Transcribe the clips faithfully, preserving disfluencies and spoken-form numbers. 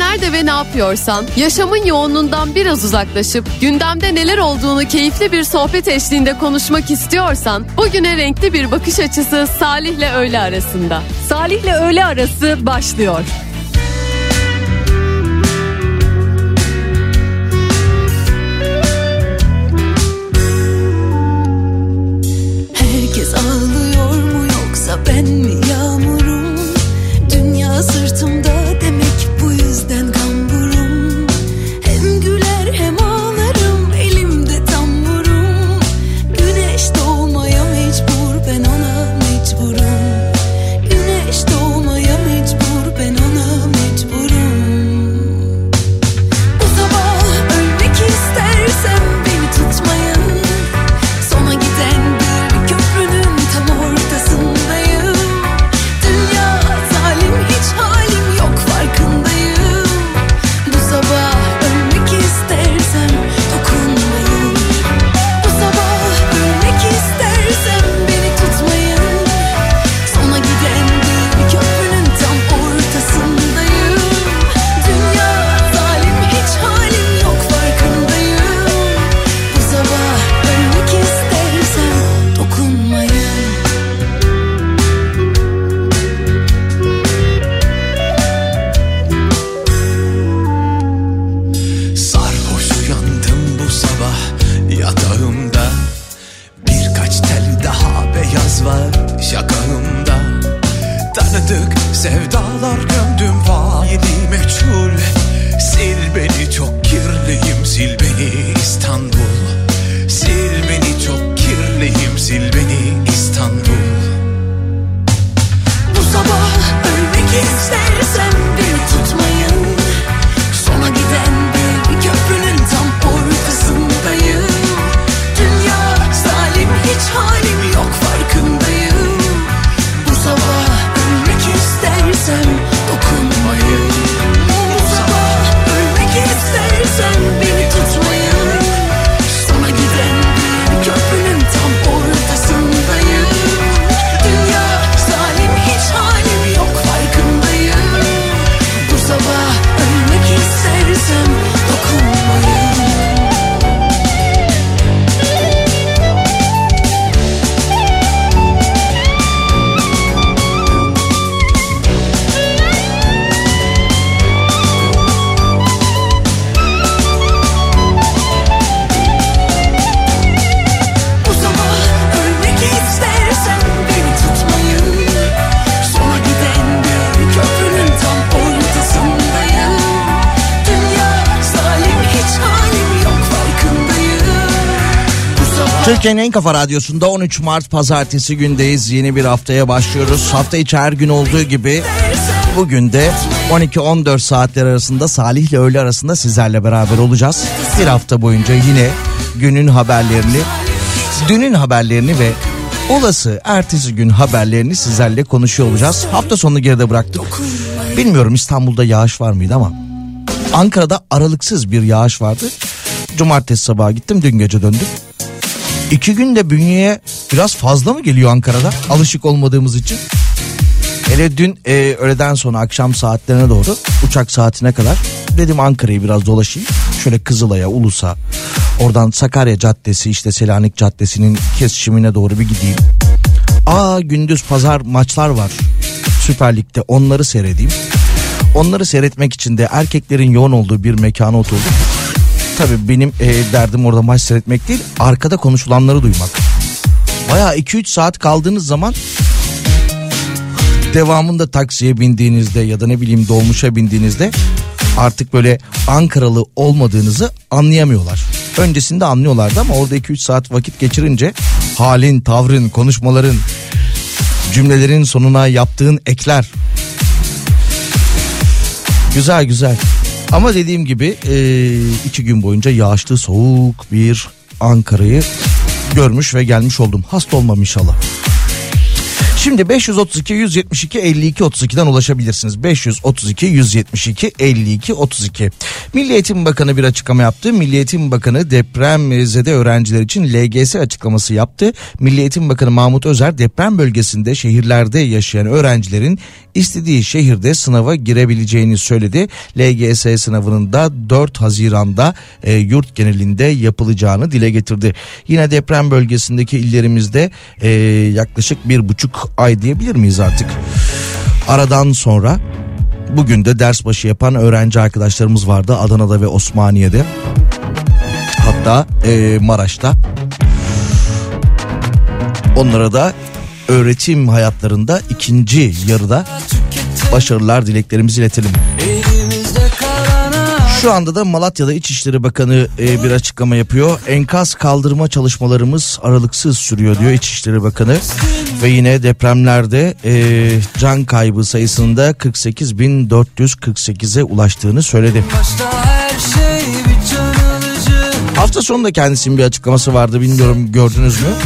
nerede ve ne yapıyorsan, yaşamın yoğunluğundan biraz uzaklaşıp gündemde neler olduğunu keyifli bir sohbet eşliğinde konuşmak istiyorsan, bugüne renkli bir bakış açısı Salih'le öğle arasında. Salih'le öğle arası başlıyor. Herkes ağlıyor mu yoksa ben mi yağmurum? Dünya sırtımda demek bu yüzden kamburum. Hem güler hem ağlarım, elimde tamburum. Güneş doğmaya mecbur, ben ona mecburum. Güneş doğmaya mecbur, ben ona mecburum. Bu sabah ölmek istersem beni tutmayın. Sona giden bir köprünün tam ortasındayım. Dünya zalim, hiç halim yok farkındayım. Bu sabah ölmek istersem dokunmayın. Bu sabah ölmek istersem beni tutmayın. Sona giden bir köprünün tam ortasındayım. Dünya zalim, hiç halim yok farkındayım. Bu sabah ölmek istersem dokunmayın. Sarhoş uyandım bu sabah yatağımda. Birkaç tel daha beyaz var şakağımda. Tanıdık sevdalar gömdüm faili meçhul. Sil beni çok kirliyim, sil beni İstanbul. Sil beni çok kirliyim, sil beni İstanbul. Bu sabah ölmek istersem beni tutmayın. Sona giden bir köprünün tam ortasındayım. Dünya zalim, hiç halim yok farkındayım. Bu sabah ölmek istersem dokunmayın. Bu sabah ölmek istersem beni tutmayın. Sona giden bir köprünün tam ortasındayım. Dünya zalim, hiç halim yok farkındayım. Bu sabah ölmek istersem dokunmayın. Bu sabah ölmek istersem beni tutmayın. Sona giden bir köprünün tam ortasındayım. Dünya zalim, hiç halim yok farkındayım. Bu sabah Türkiye'nin en kafa radyosunda on üç Mart pazartesi gündeyiz. Yeni bir haftaya başlıyoruz. Hafta içi her gün olduğu gibi bugün de on iki on dört saatler arasında Salih'le öğle arasında sizlerle beraber olacağız. Bir hafta boyunca yine günün haberlerini, dünün haberlerini ve olası ertesi gün haberlerini sizlerle konuşuyor olacağız. Hafta sonunu geride bıraktık. Bilmiyorum İstanbul'da yağış var mıydı ama Ankara'da aralıksız bir yağış vardı. Cumartesi sabahı gittim, dün gece döndüm. İki günde bünyeye biraz fazla mı geliyor Ankara'da? Alışık olmadığımız için. Hele dün e, öğleden sonra akşam saatlerine doğru, uçak saatine kadar dedim Ankara'yı biraz dolaşayım. Şöyle Kızılay'a, Ulus'a, oradan Sakarya Caddesi, işte Selanik Caddesi'nin kesişimine doğru bir gideyim. Aa, gündüz pazar maçlar var Süper Lig'de, onları seyredeyim. Onları seyretmek için de erkeklerin yoğun olduğu bir mekana oturdum. Tabii benim e, derdim orada maç seyretmek değil, arkada konuşulanları duymak. Bayağı iki üç saat kaldığınız zaman devamında taksiye bindiğinizde ya da ne bileyim dolmuşa bindiğinizde artık böyle Ankaralı olmadığınızı anlayamıyorlar. Öncesinde anlıyorlardı ama orada iki üç saat vakit geçirince halin, tavrın, konuşmaların, cümlelerin sonuna yaptığın ekler. Güzel güzel. Ama dediğim gibi e, iki gün boyunca yağışlı soğuk bir Ankara'yı görmüş ve gelmiş oldum. Hasta olmam inşallah. Şimdi beş yüz otuz iki yüz yetmiş iki elli iki otuz iki'den ulaşabilirsiniz. beş yüz otuz iki yüz yetmiş iki elli iki otuz iki. Milli Eğitim Bakanı bir açıklama yaptı. Milli Eğitim Bakanı depremzede öğrenciler için L G S açıklaması yaptı. Milli Eğitim Bakanı Mahmut Özer deprem bölgesinde şehirlerde yaşayan öğrencilerin istediği şehirde sınava girebileceğini söyledi. L G S sınavının da dört Haziran'da e, yurt genelinde yapılacağını dile getirdi. Yine deprem bölgesindeki illerimizde e, yaklaşık bir buçuk ay diyebilir miyiz artık? Aradan sonra bugün de ders başı yapan öğrenci arkadaşlarımız vardı Adana'da ve Osmaniye'de. Hatta e, Maraş'ta. Onlara da öğretim hayatlarında ikinci yarıda başarılar dileklerimizi iletelim. Şu anda da Malatya'da İçişleri Bakanı e, bir açıklama yapıyor. Enkaz kaldırma çalışmalarımız aralıksız sürüyor diyor İçişleri Bakanı. Ve yine depremlerde e, can kaybı sayısında kırk sekiz bin dört yüz kırk sekize ulaştığını söyledi. Hafta sonunda kendisinin bir açıklaması vardı, bilmiyorum gördünüz mü?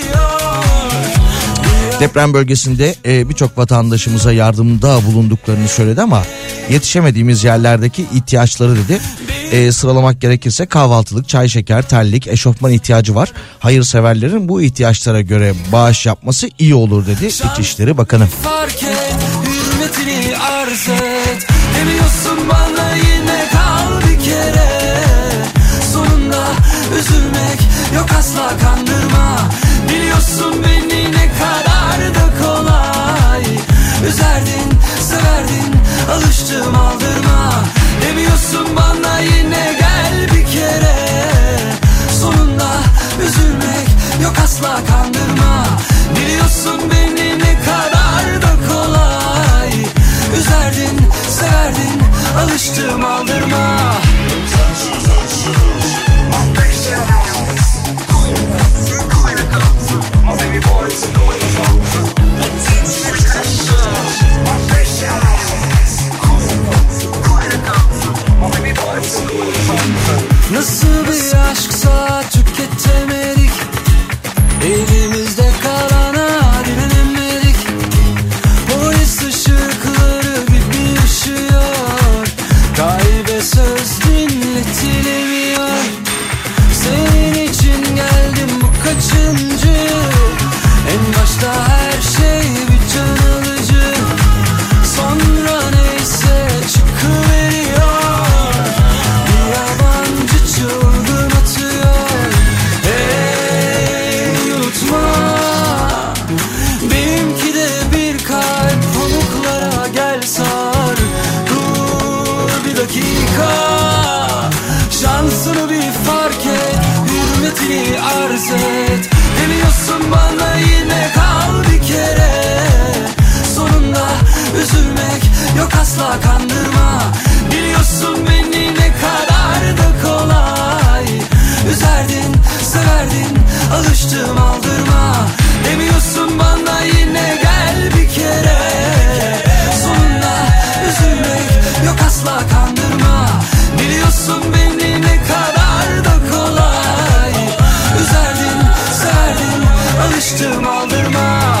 Deprem bölgesinde e, birçok vatandaşımıza yardımda bulunduklarını söyledi ama yetişemediğimiz yerlerdeki ihtiyaçları dedi. E, sıralamak gerekirse kahvaltılık, çay, şeker, terlik, eşofman ihtiyacı var. Hayırseverlerin bu ihtiyaçlara göre bağış yapması iyi olur dedi İçişleri Bakanı. Fark et, hürmetini arz et. Demiyorsun bana yine kal bir kere. Sonunda üzülmek yok, asla kandırma. Biliyorsun beni ne kadar da kolay. Üzerdin, severdin, alıştım aldırma. Demiyorsun bana yine gel bir kere. Sonunda üzülmek yok, asla kandırma. Biliyorsun beni ne kadar da kolay. Üzerdin, severdin, alıştım aldırma. Nasıl bir aşksa tüketemedik, elimizde kalana direnemedik. Polis ışıkları bir bir ışıyor, kalbe söz dinletilemiyor. Senin için geldim bu kaçıncı, en başta her şey bir can alıcı. Sonra neyse çıkıveriyor, bir yabancı çılgın atıyor. Hey unutma, benimki de bir kalp pamuklara gel sar. Dur bir dakika, şansını bir fark et, hürmetini arz et. Demiyorsun bana yine kal bir kere. Sonunda üzülmek yok, asla kandırma. Biliyorsun beni ne kadar da kolay. Üzerdin, severdin, alıştım aldırma. Demiyorsun bana yine gel bir kere. Sonunda üzülmek yok, asla kandırma. Biliyorsun beni ne kadar da kolay. Üzerdin, severdin, alıştım aldırma.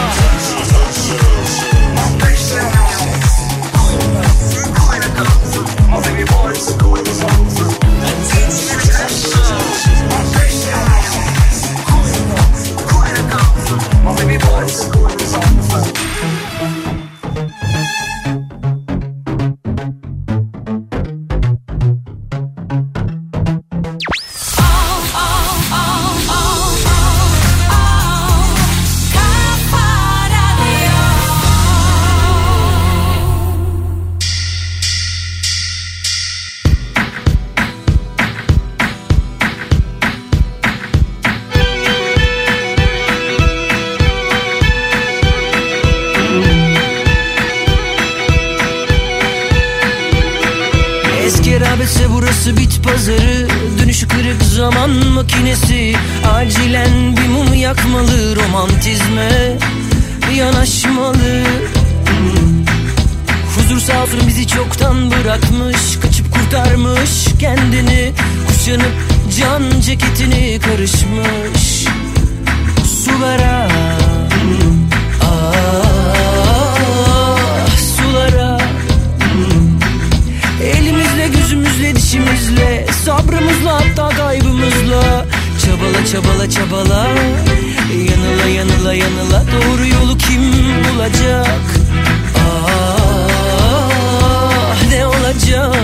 Burası bit pazarı, dönüşü kırık zaman makinesi. Acilen bir mum yakmalı, romantizme yanaşmalı. Huzur sağ olsun bizi çoktan bırakmış, kaçıp kurtarmış kendini. Kuşanıp can ceketini karışmış sulara. Aa. dişimizle, sabrımızla, hatta kaybımızla. Çabala çabala çabala, yanıla yanıla yanıla, doğru yolu kim bulacak? Ah ne olacak?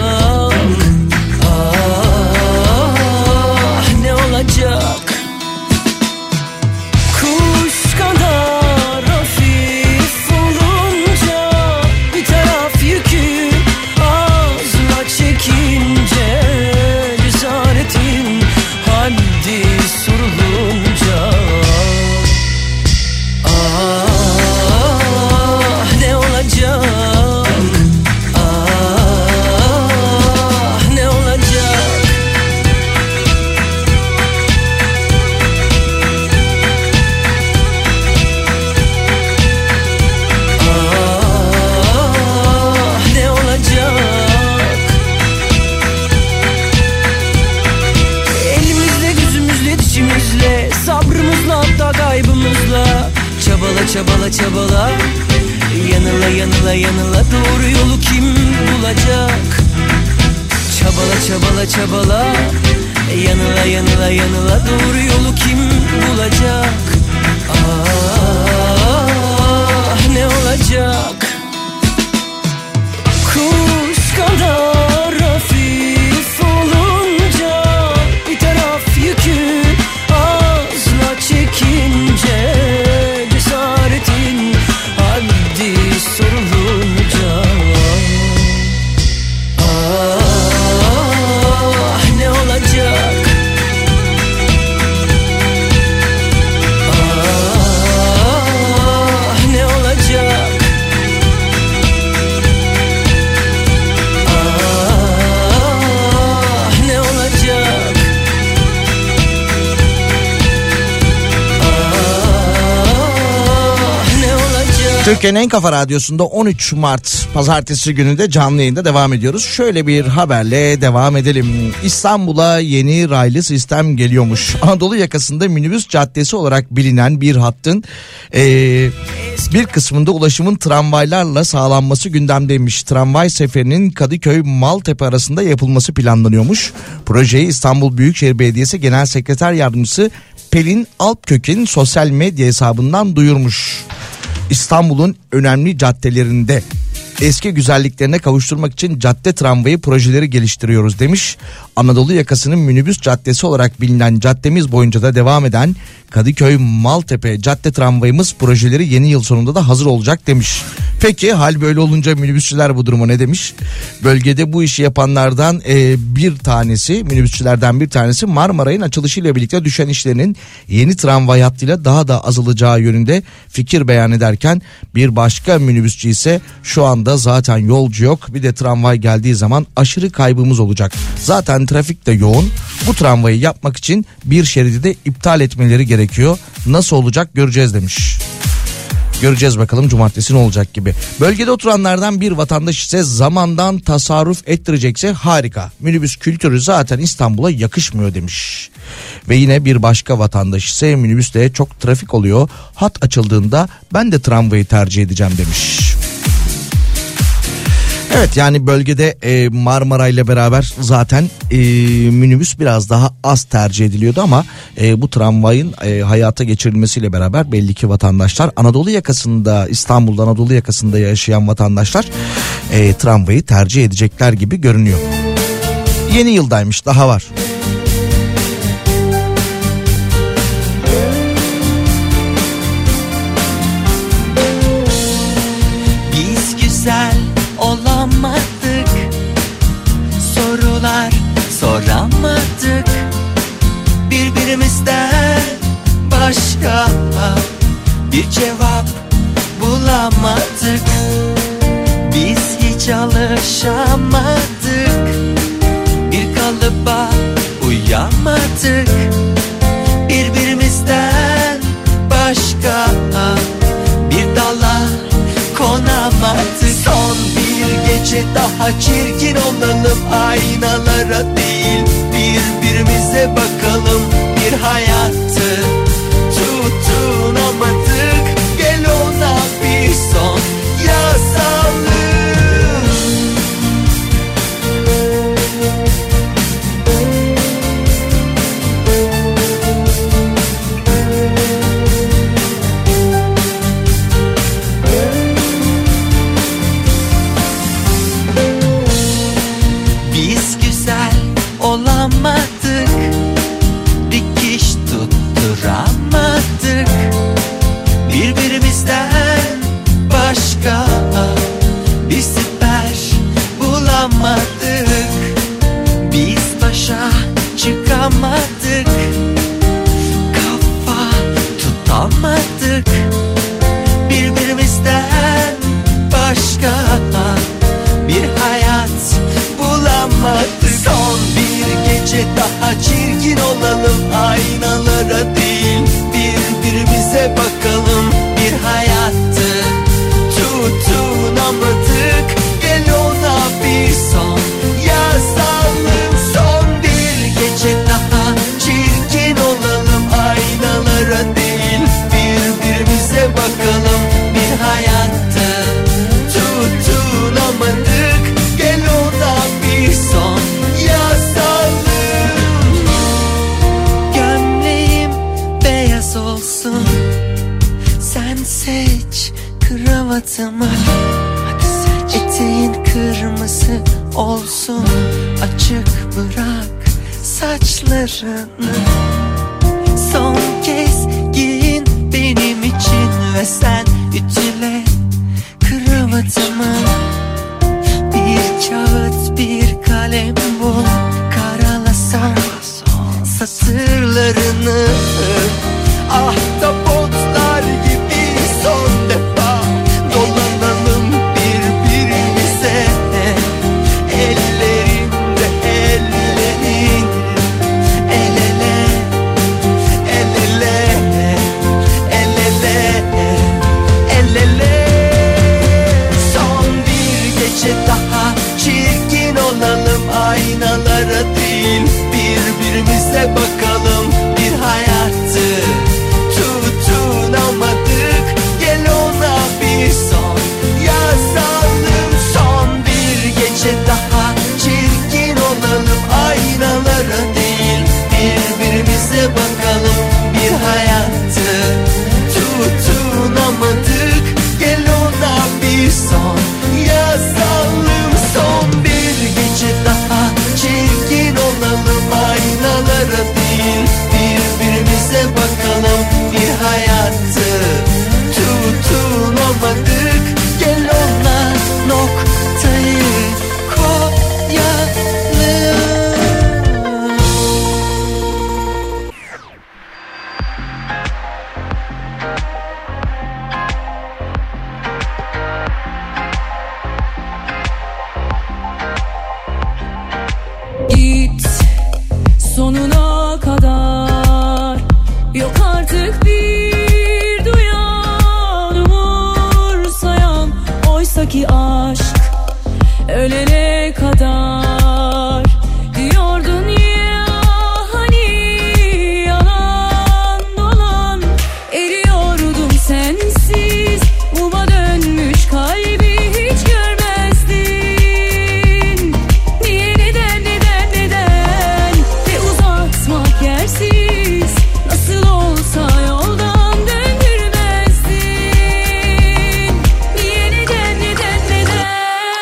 Ah ne olacak? Kuş kadar hafif olunca bir taraf yükü ağzına çekince, cesaretin haddi sorulunca. Ah ne olacak? Ah ne olacak? Ah ne olacak? Elimizle, gözümüzle, dişimizle, sabrımızla, hatta kaybımızla. Çabala çabala çabala, yanıla yanıla yanıla, doğru yolu kim bulacak? Çabala çabala çabala, yanıla yanıla yanıla, doğru yolu kim bulacak? Ah ne olacak? Kuş kadar hafif olunca bir taraf yükü ağzına çekince, cesaretin haddi sorulunca. Ah ne olacak? Ah ne olacak? Ah ne olacak? Ah ne olacak? Türkiye'nin en kafa radyosunda on üç Mart pazartesi günü de canlı yayında devam ediyoruz. Şöyle bir haberle devam edelim. İstanbul'a yeni raylı sistem geliyormuş. Anadolu yakasında minibüs caddesi olarak bilinen bir hattın ee, bir kısmında ulaşımın tramvaylarla sağlanması gündemdeymiş. Tramvay seferinin Kadıköy-Maltepe arasında yapılması planlanıyormuş. Projeyi İstanbul Büyükşehir Belediyesi Genel Sekreter Yardımcısı Pelin Alpkök'ün sosyal medya hesabından duyurmuş. İstanbul'un önemli caddelerinde eski güzelliklerine kavuşturmak için cadde tramvayı projeleri geliştiriyoruz demiş. Anadolu yakasının minibüs caddesi olarak bilinen caddemiz boyunca da devam eden Kadıköy-Maltepe cadde tramvayımız projeleri yeni yıl sonunda da hazır olacak demiş. Peki hal böyle olunca minibüsçüler bu duruma ne demiş? Bölgede bu işi yapanlardan e, bir tanesi, minibüsçülerden bir tanesi Marmaray'ın açılışıyla birlikte düşen işlerinin yeni tramvay hattıyla daha da azalacağı yönünde fikir beyan ederken, bir başka minibüsçü ise şu anda zaten yolcu yok, bir de tramvay geldiği zaman aşırı kaybımız olacak. Zaten trafik de yoğun. Bu tramvayı yapmak için bir şeridi de iptal etmeleri gerekiyor. Nasıl olacak göreceğiz demiş. Göreceğiz bakalım cumartesi ne olacak gibi. Bölgede oturanlardan bir vatandaş ise zamandan tasarruf ettirecekse harika. Minibüs kültürü zaten İstanbul'a yakışmıyor demiş. Ve yine bir başka vatandaş ise minibüste çok trafik oluyor. Hat açıldığında ben de tramvayı tercih edeceğim demiş. Evet, yani bölgede e, Marmara ile beraber zaten e, minibüs biraz daha az tercih ediliyordu ama e, bu tramvayın e, hayata geçirilmesiyle beraber belli ki vatandaşlar, Anadolu yakasında, İstanbul'da Anadolu yakasında yaşayan vatandaşlar e, tramvayı tercih edecekler gibi görünüyor. Yeni yıldaymış, daha var. Biz güzel olamadık, sorular soramadık, birbirimizden başka bir cevap bulamadık. Biz hiç alışamadık, bir kalıba uyamadık, birbirimizden başka bir dala konamadık. Son bir gece daha çirkin olalım, aynalara değil birbirimize bakalım. Bir hayatı tutunamadık, gel ona bir son yazalım. bulamadık. Biz başa çıkamadık. Kafa tutamadık. Birbirimizden başka bir hayat bulamadık. Son bir gece daha çirkin olalım, aynalara değil birbirimize bakalım. Bir hayattı, tutunamadık. Gel ona bir son yazalım. Son bir gece daha çirkin olalım, aynalara değil birbirimize bakalım. Bir hayattı, tutunamadık. Gel ona bir son yazalım. Gömleğim beyaz olsun, sen seç kravatımı. Eteğin kırmızı olsun, açık bırak saçlarını. Son kez giyin benim için ve sen ütüle kravatımı. Bir kağıt bir kalem bul, karala son satırlarını. Ahtapotlar gibi son defa dolanalım birbirimize. Ellerinde ellerin, el ele, el ele, el ele, el ele. Son bir gece daha çirkin olalım, aynalara değil birbirimize bakalım. Bir hayattı, tutunamadık. Gel ona bir son yazalım. Son bir gece daha çirkin olalım, aynalara değil birbirimize bakalım. Bir hayattı, tutunamadık. Gel ona bir son yazalım. Son bir gece daha çirkin olalım, aynalara değil birbirimize bakalım. Bir hayattı, tutunamadık. Gel ona noktayı koyalım. Git sonuna kadar, yok artık bir duyan umursayan. Oysaki aşk ölene kadar diyordun ya hani, yalan dolan. Eriyordum sensiz, uma dönmüş kalbi hiç görmezdin. Niye, neden, neden, neden ve uzatmak yersiz, nasıl olsa yoldan döndürmezdin. Niye, neden, neden, neden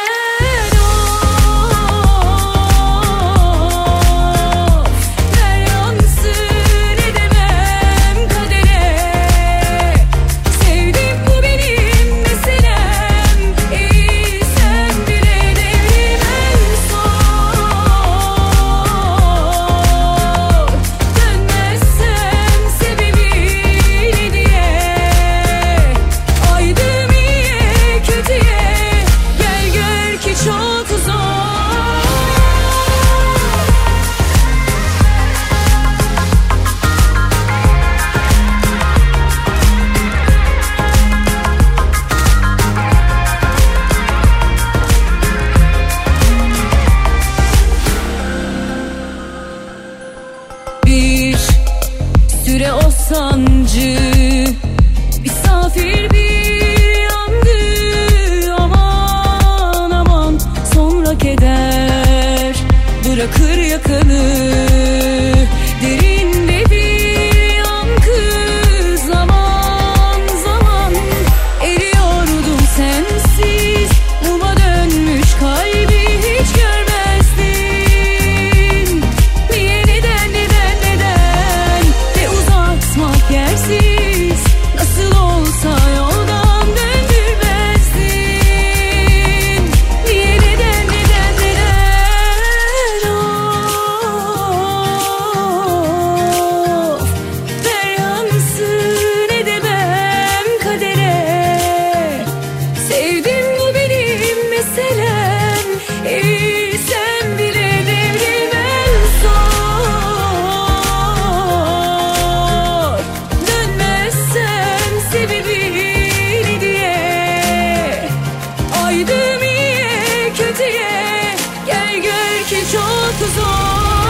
of, ver yansın edemem kadere. Sevdim, bu benim meselem, iyi sen bile devrim en son. Dönmezsem sebebi ne diye, aydım iyiye kötüye, gel gör ki çok zor. Bir süre o sancı misafir bir yandı. Aman aman, sonra keder bırakır yakanı. Derinde bir yankı, zaman zaman eriyordum sensiz, uma dönmüş kalbi hiç görmezdin. Niye, neden, neden, neden ve uzatmak yersiz, nasıl olsa yoldan döndürmezdin. Niye, neden, neden, neden zor.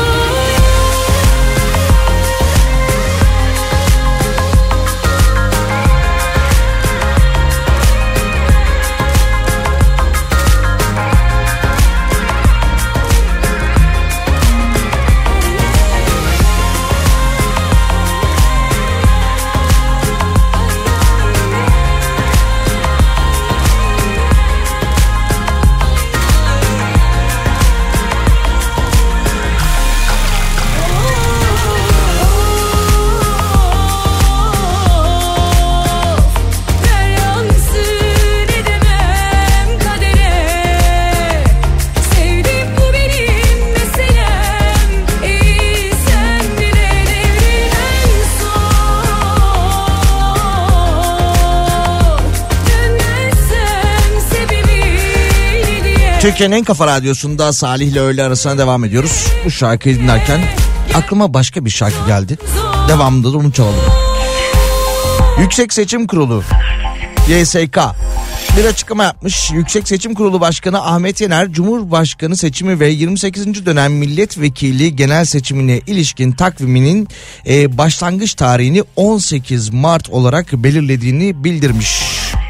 Türkiye'nin en kafa radyosunda Salih ile öğle arasına devam ediyoruz. Bu şarkıyı dinlerken aklıma başka bir şarkı geldi. Devamında da onu çalalım. Yüksek Seçim Kurulu Y S K bir açıklama yapmış. Yüksek Seçim Kurulu Başkanı Ahmet Yener, Cumhurbaşkanı seçimi ve yirmi sekizinci dönem milletvekili genel seçimine ilişkin takviminin e, başlangıç tarihini on sekiz Mart olarak belirlediğini bildirmiş.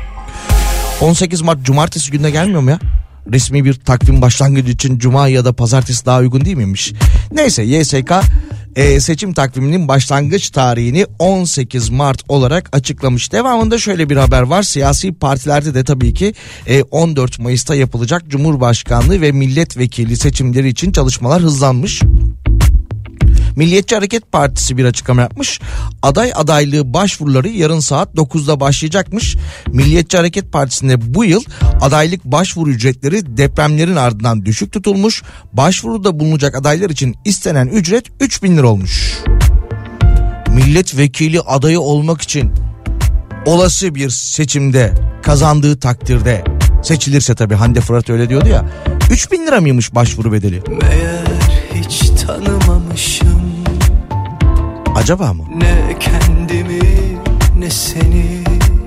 on sekiz Mart cumartesi gününe gelmiyor mu ya? Resmi bir takvim başlangıcı için cuma ya da pazartesi daha uygun değil miymiş? Neyse, Y S K e, seçim takviminin başlangıç tarihini on sekiz Mart olarak açıklamış. Devamında şöyle bir haber var. Siyasi partilerde de tabii ki e, on dört Mayıs'ta yapılacak Cumhurbaşkanlığı ve milletvekili seçimleri için çalışmalar hızlanmış. Milliyetçi Hareket Partisi bir açıklama yapmış. Aday adaylığı başvuruları yarın saat dokuzda başlayacakmış. Milliyetçi Hareket Partisi'nde bu yıl adaylık başvuru ücretleri depremlerin ardından düşük tutulmuş. Başvuruda bulunacak adaylar için istenen ücret üç bin lira olmuş. Milletvekili adayı olmak için olası bir seçimde kazandığı takdirde, seçilirse tabii, Hande Fırat öyle diyordu ya, üç bin lira mıymış başvuru bedeli? Meğer hiç tanımamışım. Acaba mı? Ne kendimi ne seni.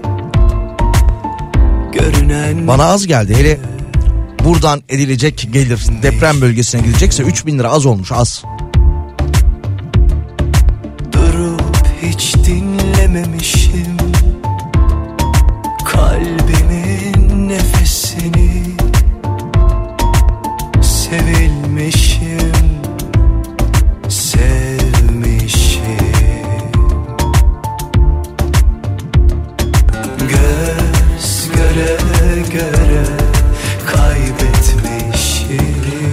Görünen bana az geldi. Hele buradan edilecek gelir deprem bölgesine gidecekse üç bin lira az olmuş, az. Durup hiç dinlememişim kalbimin nefesini. Sevilmişim, sevmişim. Göz göre göre kaybetmişim.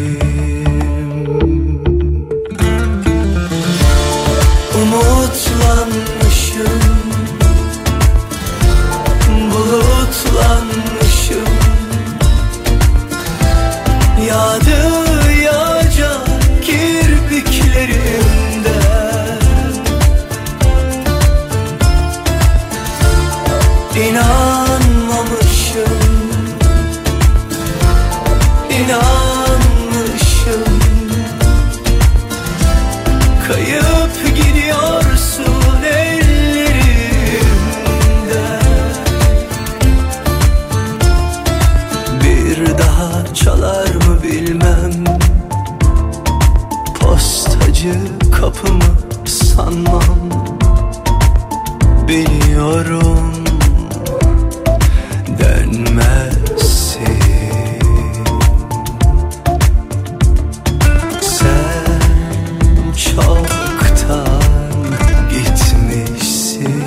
Umutlanmışım, bulutlanmışım. Yağdı yağacak kirpiklerimde. İnanmamışım, inanmışım. Kayıp gidiyorsun ellerimde. Bir daha çalar mı bilmem, postacı kapımı sanmam. Biliyorum dönmezsin. Sen çoktan gitmişsin.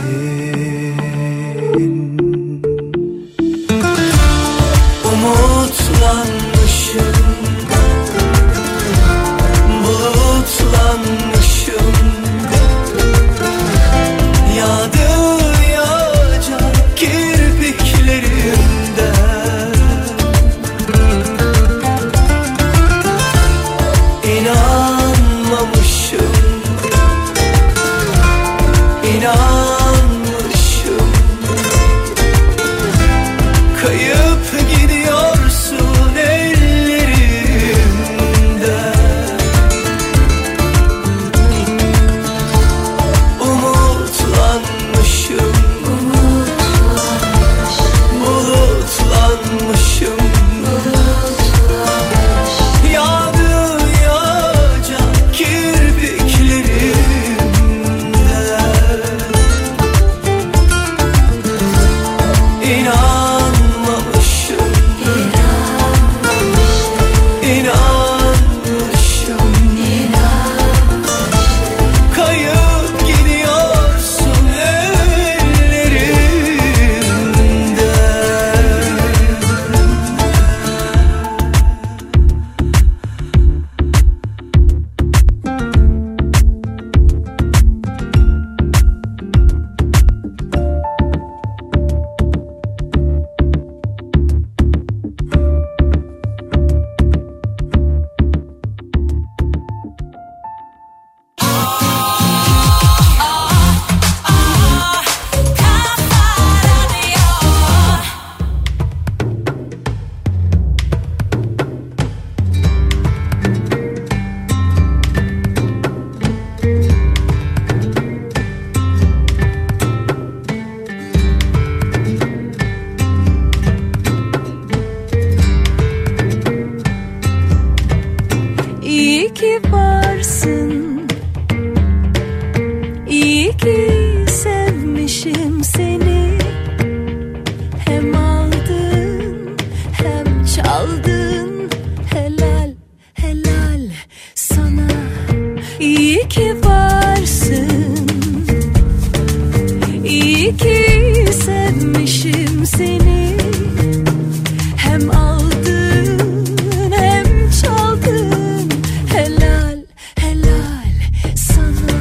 Umutlanmışım, bulutlanmışım. İyi ki varsın, iyi ki sevmişim seni. Hem aldın hem çaldın, helal helal sana. İyi ki varsın, iyi ki sevmişim seni. Hem aldın hem çaldın, helal helal sana.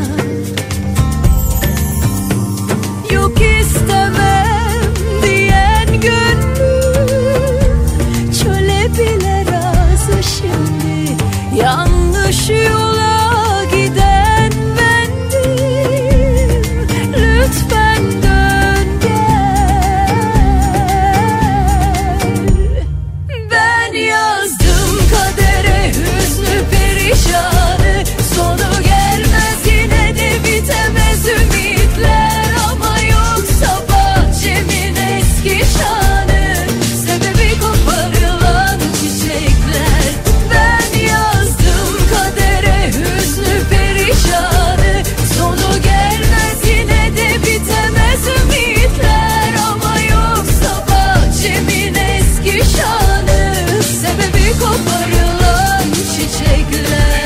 Yok istemem diyen gönlüm çöle bile razı şimdi. Yanlış yola giden bendim, lütfen dön gel. Ben yazdım kadere hüznü perişanı, sonu gelmez yine de bitemez ümitler. Ama yoksa bahçemin eski şanı, sebebi koparılan çiçekler. Ben yazdım kadere hüznü perişanı, sonu gelmez yine de bitemez ümitler. Ama yoksa bahçemin eski şanı, sebebi koparılan çiçekler.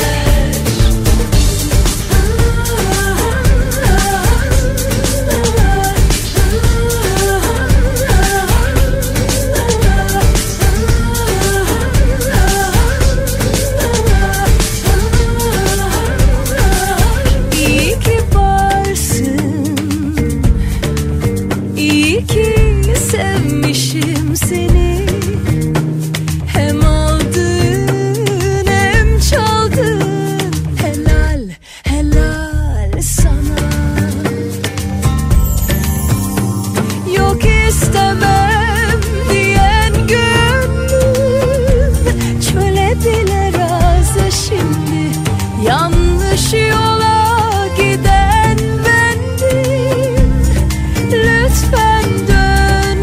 İyi ki varsın, iyi ki sevmişim seni. Hem aldın hem çaldın, helal helal sana. Yok istemem diyen gönlüm çöle bile razı şimdi. Yanlış yola giden bendim, lütfen dön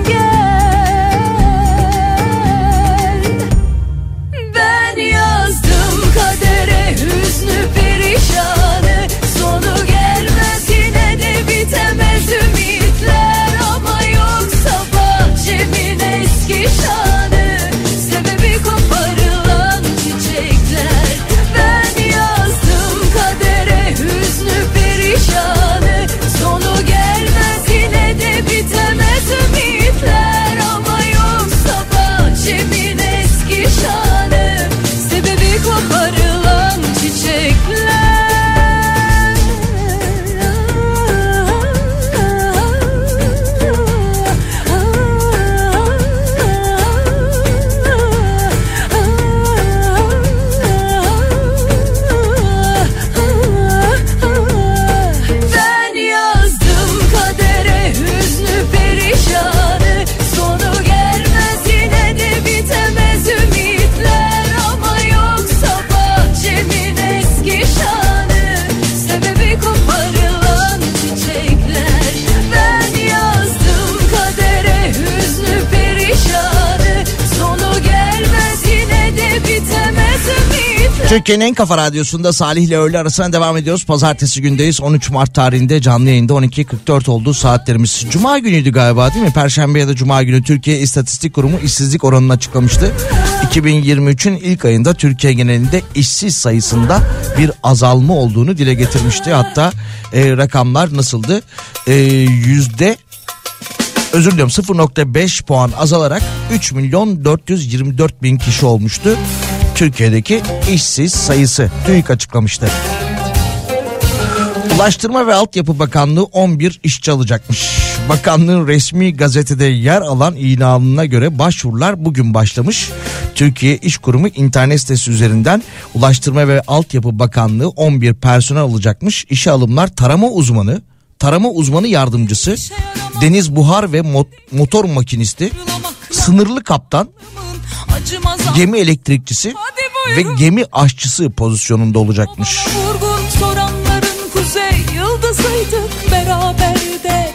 gel. Ben yazdım kadere hüznü perişanı, sonu gelmez yine de bitemez ümitler. Ama yoksa bahçemin eski şanı, sebebi koparılan çiçekler. Ben yazdım kadere hüznü perişanı, sonu gelmez yine de bitemez ümitler. Ama yoksa bahçemin eski şanı, sebebi koparılan çiçekler. Ben yazdım kadere hüznü perişanı, sonu gelmez yine de bitemez ümitler. Ama yoksa bahçemin eski şanı, sebebi koparılan çiçekler. Ben yazdım kadere hüznü perişanı, sonu gelmez yine de bitemez ümitler. Türkiye'nin en kafa radyosunda Salih ile öğle arasına devam ediyoruz. Pazartesi gündeyiz. on üç Mart tarihinde canlı yayında on iki kırk dört olduğu saatlerimiz. Cuma günüydü galiba, değil mi? Perşembe ya da Cuma günü Türkiye İstatistik Kurumu işsizlik oranını açıklamıştı. iki bin yirmi üçün ilk ayında Türkiye genelinde işsiz sayısında bir azalma olduğunu dile getirmişti. Hatta e, rakamlar nasıldı? E, yüzde özür diliyorum sıfır virgül beş puan azalarak üç milyon dört yüz yirmi dört bin kişi olmuştu Türkiye'deki işsiz sayısı. TÜİK açıklamıştı. Ulaştırma ve Altyapı Bakanlığı on bir işçi alacakmış. Bakanlığın resmi gazetede yer alan ilanına göre başvurular bugün başlamış. Türkiye İş Kurumu internet sitesi üzerinden Ulaştırma ve Altyapı Bakanlığı on bir personel alacakmış. İşe alımlar tarama uzmanı, tarama uzmanı yardımcısı, deniz buhar ve mot- motor makinisti, sınırlı kaptan, gemi elektrikçisi ve gemi aşçısı pozisyonunda olacakmış. Vurgun soranların kuzey yıldızıydık, beraber de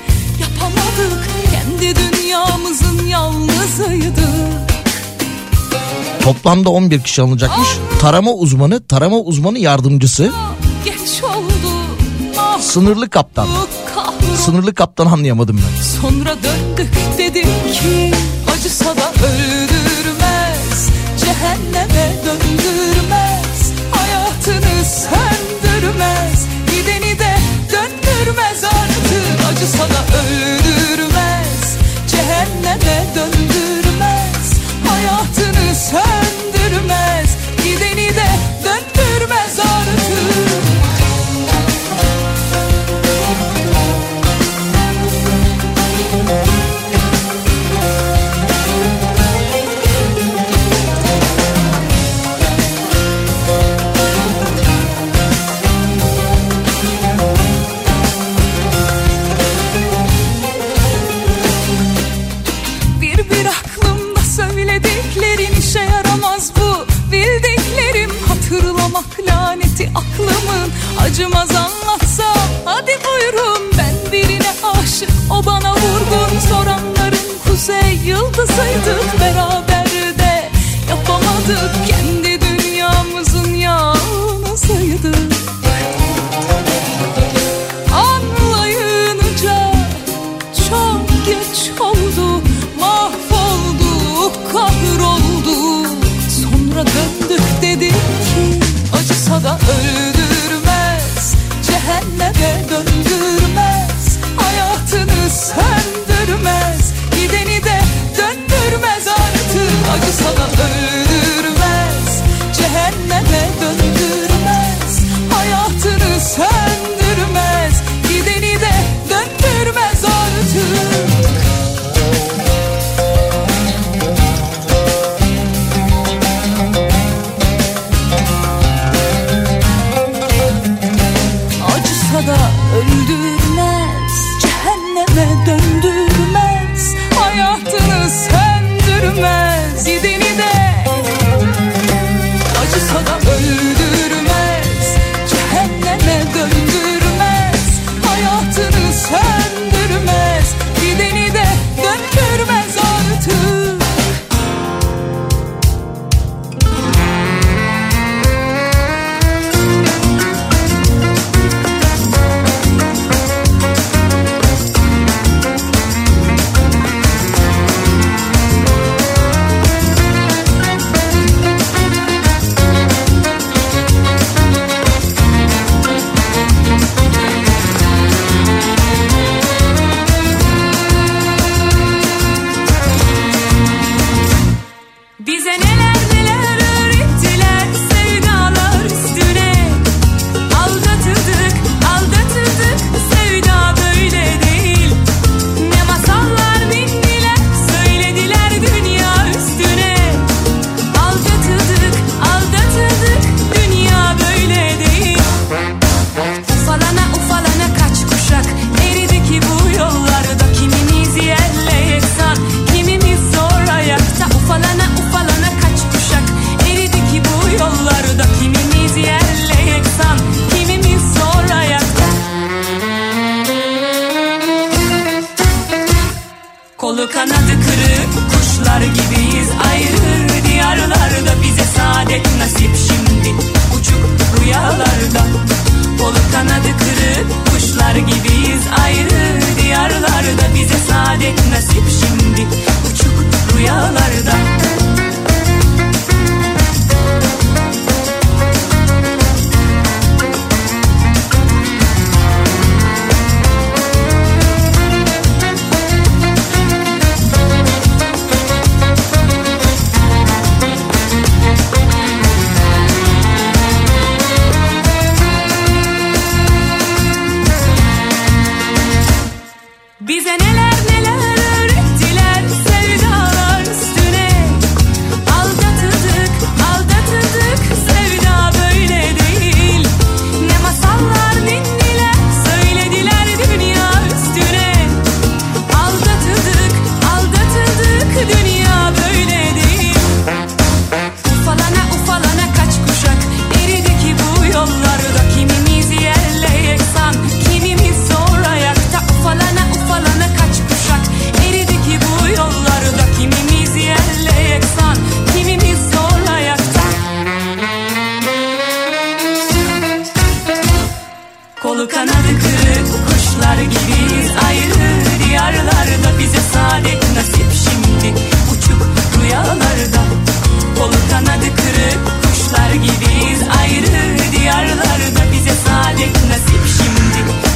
yapamadık, kendi dünyamızın yalnızıydık. Toplamda on bir kişi alınacakmış. Tarama uzmanı, tarama uzmanı yardımcısı, Geç oldu ah, sınırlı kaptan. kahroldu. Sınırlı kaptan anlayamadım ben. Sonra döndük dedim ki acısa da öldürmez, cehenneme döndürmez, hayatını söndürmez, gideni de döndürmez artık. Acısa da öldürmez, cehenneme döndürmez, hayatını söndürmez, gideni de döndürmez artık. Bir bir aklımda söylediklerin işe yaramaz bu. Bildiklerim hatırlamak laneti aklımın. Acımaz anlatsam hadi buyurun. Ben birine aşık, o bana vurgun. Soranların kuzey yıldızıydık, beraber de yapamadık. Kendi dünyamızın yalnızıydık. Anlayınca çok geç oldu, mahvolduk, kahrolduk. Sonra döndük dedik ki acısa da öldürmez, cehenneme döndürmez, hayatını söndürmez, gideni de döndürmez artık. Acısa da öldürmez, cehenneme döndürmez, hayatını söndürmez, gideni de döndürmez artık. Acısa da öldürmez, cehenneme döndürmez, hayatını söndürmez, gideni de. Acısa da öldürmez,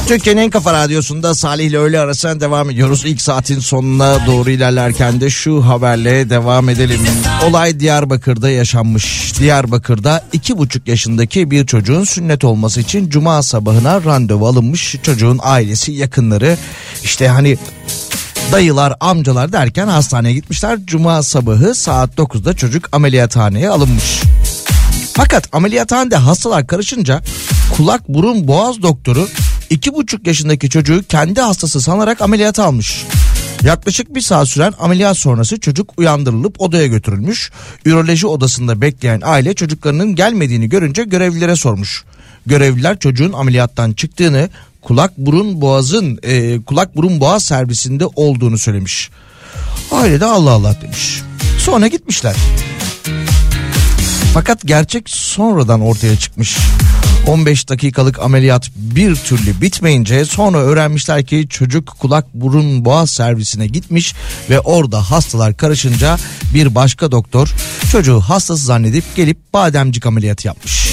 Türkiye'nin en kafa radyosunda Salih ile öğle arasına devam ediyoruz. İlk saatin sonuna doğru ilerlerken de şu haberle devam edelim. Olay Diyarbakır'da yaşanmış. Diyarbakır'da iki buçuk yaşındaki bir çocuğun sünnet olması için cuma sabahına randevu alınmış. Çocuğun ailesi, yakınları, işte hani dayılar, amcalar derken hastaneye gitmişler. Cuma sabahı saat dokuzda çocuk ameliyathaneye alınmış. Fakat ameliyathanede hastalar karışınca kulak burun boğaz doktoru iki buçuk yaşındaki çocuğu kendi hastası sanarak ameliyata almış. Yaklaşık bir saat süren ameliyat sonrası çocuk uyandırılıp odaya götürülmüş. Üroloji odasında bekleyen aile çocuklarının gelmediğini görünce görevlilere sormuş. Görevliler çocuğun ameliyattan çıktığını, kulak burun boğazın e, kulak burun boğaz servisinde olduğunu söylemiş. Aile de Allah Allah demiş. Sonra gitmişler. Fakat gerçek sonradan ortaya çıkmış. on beş dakikalık ameliyat bir türlü bitmeyince sonra öğrenmişler ki çocuk kulak burun boğaz servisine gitmiş ve orada hastalar karışınca bir başka doktor çocuğu hastası zannedip gelip bademcik ameliyatı yapmış.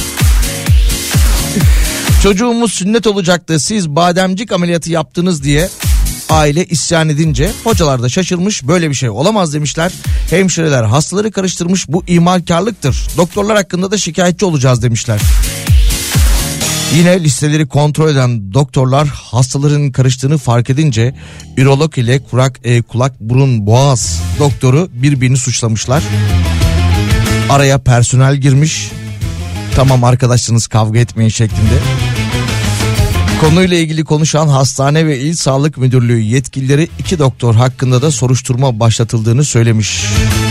Çocuğumuz sünnet olacaktı, siz bademcik ameliyatı yaptınız diye aile isyan edince hocalar da şaşırmış, böyle bir şey olamaz demişler. Hemşireler hastaları karıştırmış, bu imalkarlıktır. Doktorlar hakkında da şikayetçi olacağız demişler. Yine listeleri kontrol eden doktorlar hastaların karıştığını fark edince ürolog ile kulak, e, kulak burun boğaz doktoru birbirini suçlamışlar. Araya personel girmiş. Tamam arkadaşsınız, kavga etmeyin şeklinde. Konuyla ilgili konuşan hastane ve İl Sağlık Müdürlüğü yetkilileri iki doktor hakkında da soruşturma başlatıldığını söylemiş.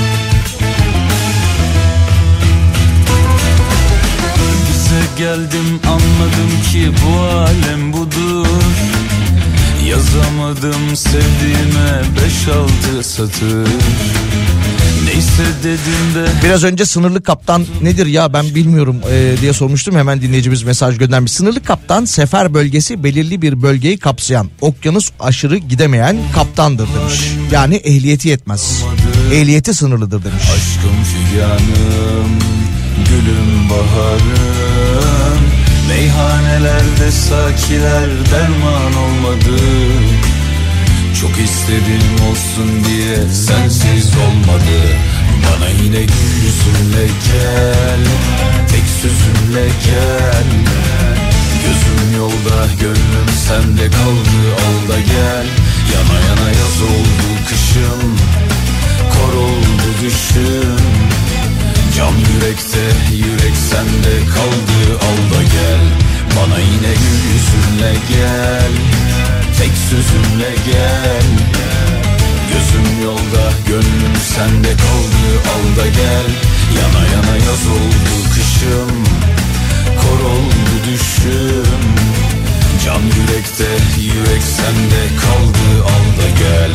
Bize geldim, anladım ki bu alem budur. Yazamadım sevdiğime beş altı satır. Neyse dedim de. Biraz önce sınırlı kaptan nedir ya ben bilmiyorum e, diye sormuştum. Hemen dinleyicimiz mesaj göndermiş. Sınırlı kaptan sefer bölgesi belirli bir bölgeyi kapsayan, okyanus aşırı gidemeyen kaptandır demiş. Yani ehliyeti yetmez. Ehliyeti sınırlıdır demiş. Aşkım figanım, gülüm baharım, meyhanelerde sakiler derman olmadı. Çok istedim olsun diye sensiz olmadı. Bana yine gül yüzünle gel, tek sözünle gel. Gözüm yolda, gönlüm sende kaldı, al da gel. Yana yana yaz oldu kışım, kor oldu düşüm. Cam yürekte, yürek sende kaldı, al da gel. Bana yine gül yüzünle gel, tek sözümle gel. Gözüm yolda, gönlüm sende kaldı, al da gel. Yana yana yaz oldu kışım, kor oldu düşüm. Can yürekte, yürek sende kaldı, al da gel.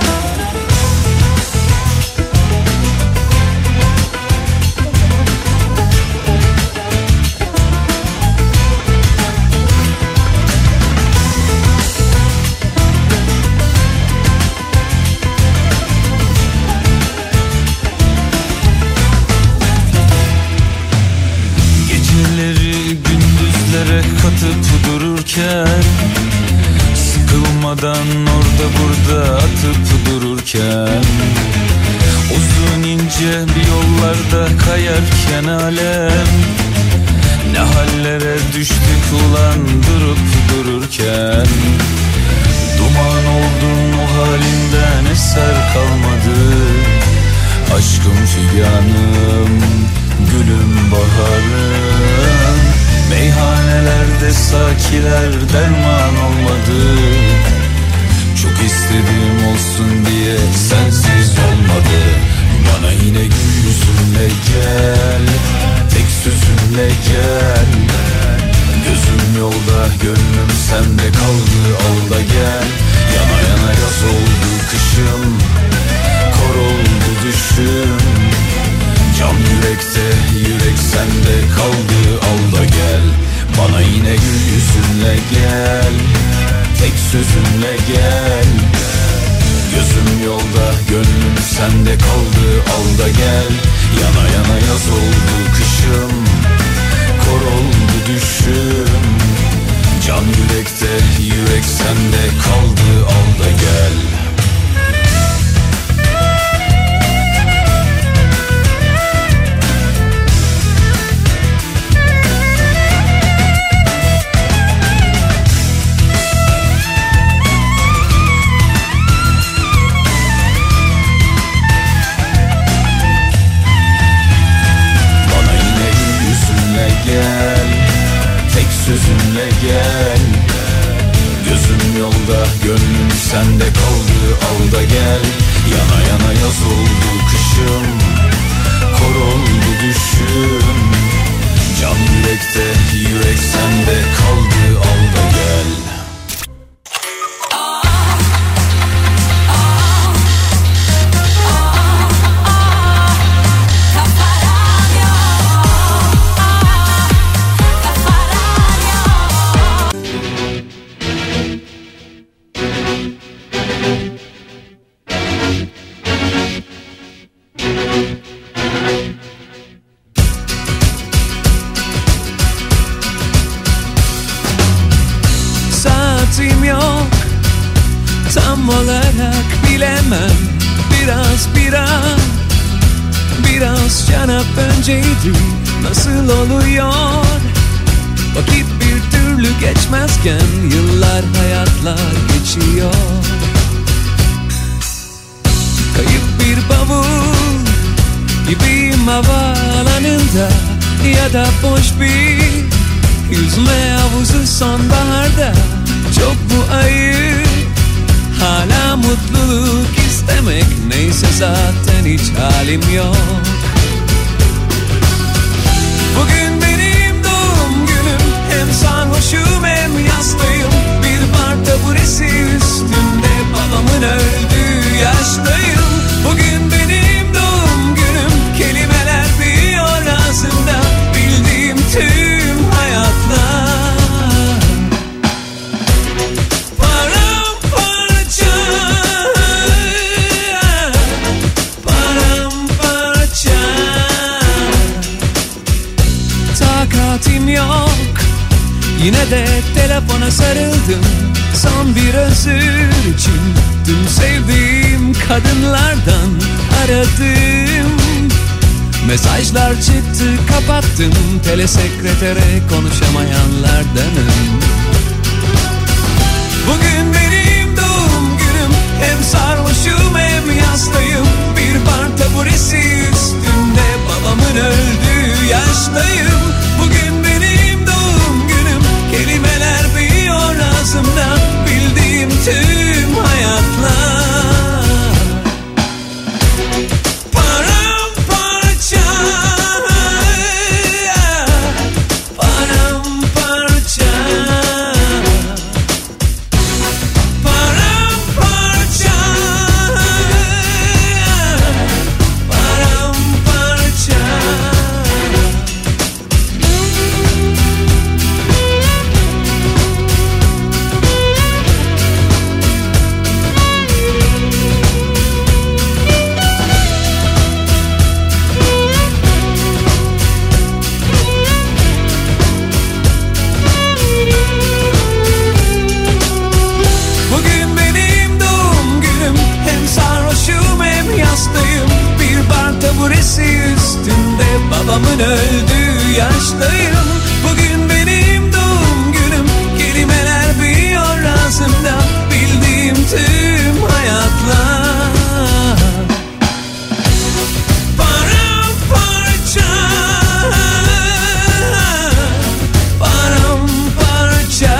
Katıp dururken, sıkılmadan orada burada atıp dururken, uzun ince bir yollarda kayarken alem, ne hallere düştük ulan durup dururken. Duman oldun o halinden eser kalmadı. Aşkım figanım, gülüm baharım, meyhanelerde sakiler derman olmadı. Çok istedim olsun diye sensiz olmadı. Bana yine gül yüzünle gel, tek sözünle gel. Gözüm yolda, gönlüm sende kaldı, al da gel. Yana yana yaz oldu kışım, kor oldu düşüm. Can yürekte, yürek sende kaldı, al da gel. Bana yine gül yüzünle gel, tek sözünle gel. Gözüm yolda, gönlüm sende kaldı, al da gel. Yana yana yaz oldu kışım, kor oldu düşüm. Can yürekte, sözünle gel. Gözüm yolda, gönlüm sende kaldı, al da gel. Yana yana yaz oldu kışım, kor oldu düşüm. Can yürekte, yürek sende kaldı, al da gel. Tam olarak bilemem, biraz biraz biraz canap önceydi, nasıl oluyor? Vakit bir türlü geçmezken yıllar hayatlar geçiyor. Kayıp bir bavul gibiyim havaalanında, ya da boş bir yüzme havuzu sonbaharda. Çok bu ayıp, hala mutluluk istemek, neyse zaten hiç halim yok. Bugün benim doğum günüm, hem sarhoşum hem yastayım. Bir bar taburesi üstünde babamın öldüğü yaştayım. Bugün benim doğum günüm, kelimeler büyüyor ağzımda, bildiğim tüm hayatlar. Yok, yine de telefona sarıldım, son bir özür için. Dün sevdiğim kadınlardan aradım, mesajlar çıktı kapattım, telesekretere konuşamayanlardanım. Bugün benim doğum günüm, hem sarhoşum hem yastayım. Bir bar taburesi üstünde babamın öldüğü yaştayım. Bugün benim doğum günüm, kelimeler büyüyor ağzımda, bildiğim tüm hayatlar. Paramparça, paramparça, paramparça, paramparça. Bugün benim doğum günüm, hem sarhoşum hem yastayım. Bir bar taburesi üstünde babamın öldüğü yaştayım. Bugün benim doğum günüm, kelimeler büyüyor ağzımda, bildiğim tüm hayatlar. Paramparça, paramparça,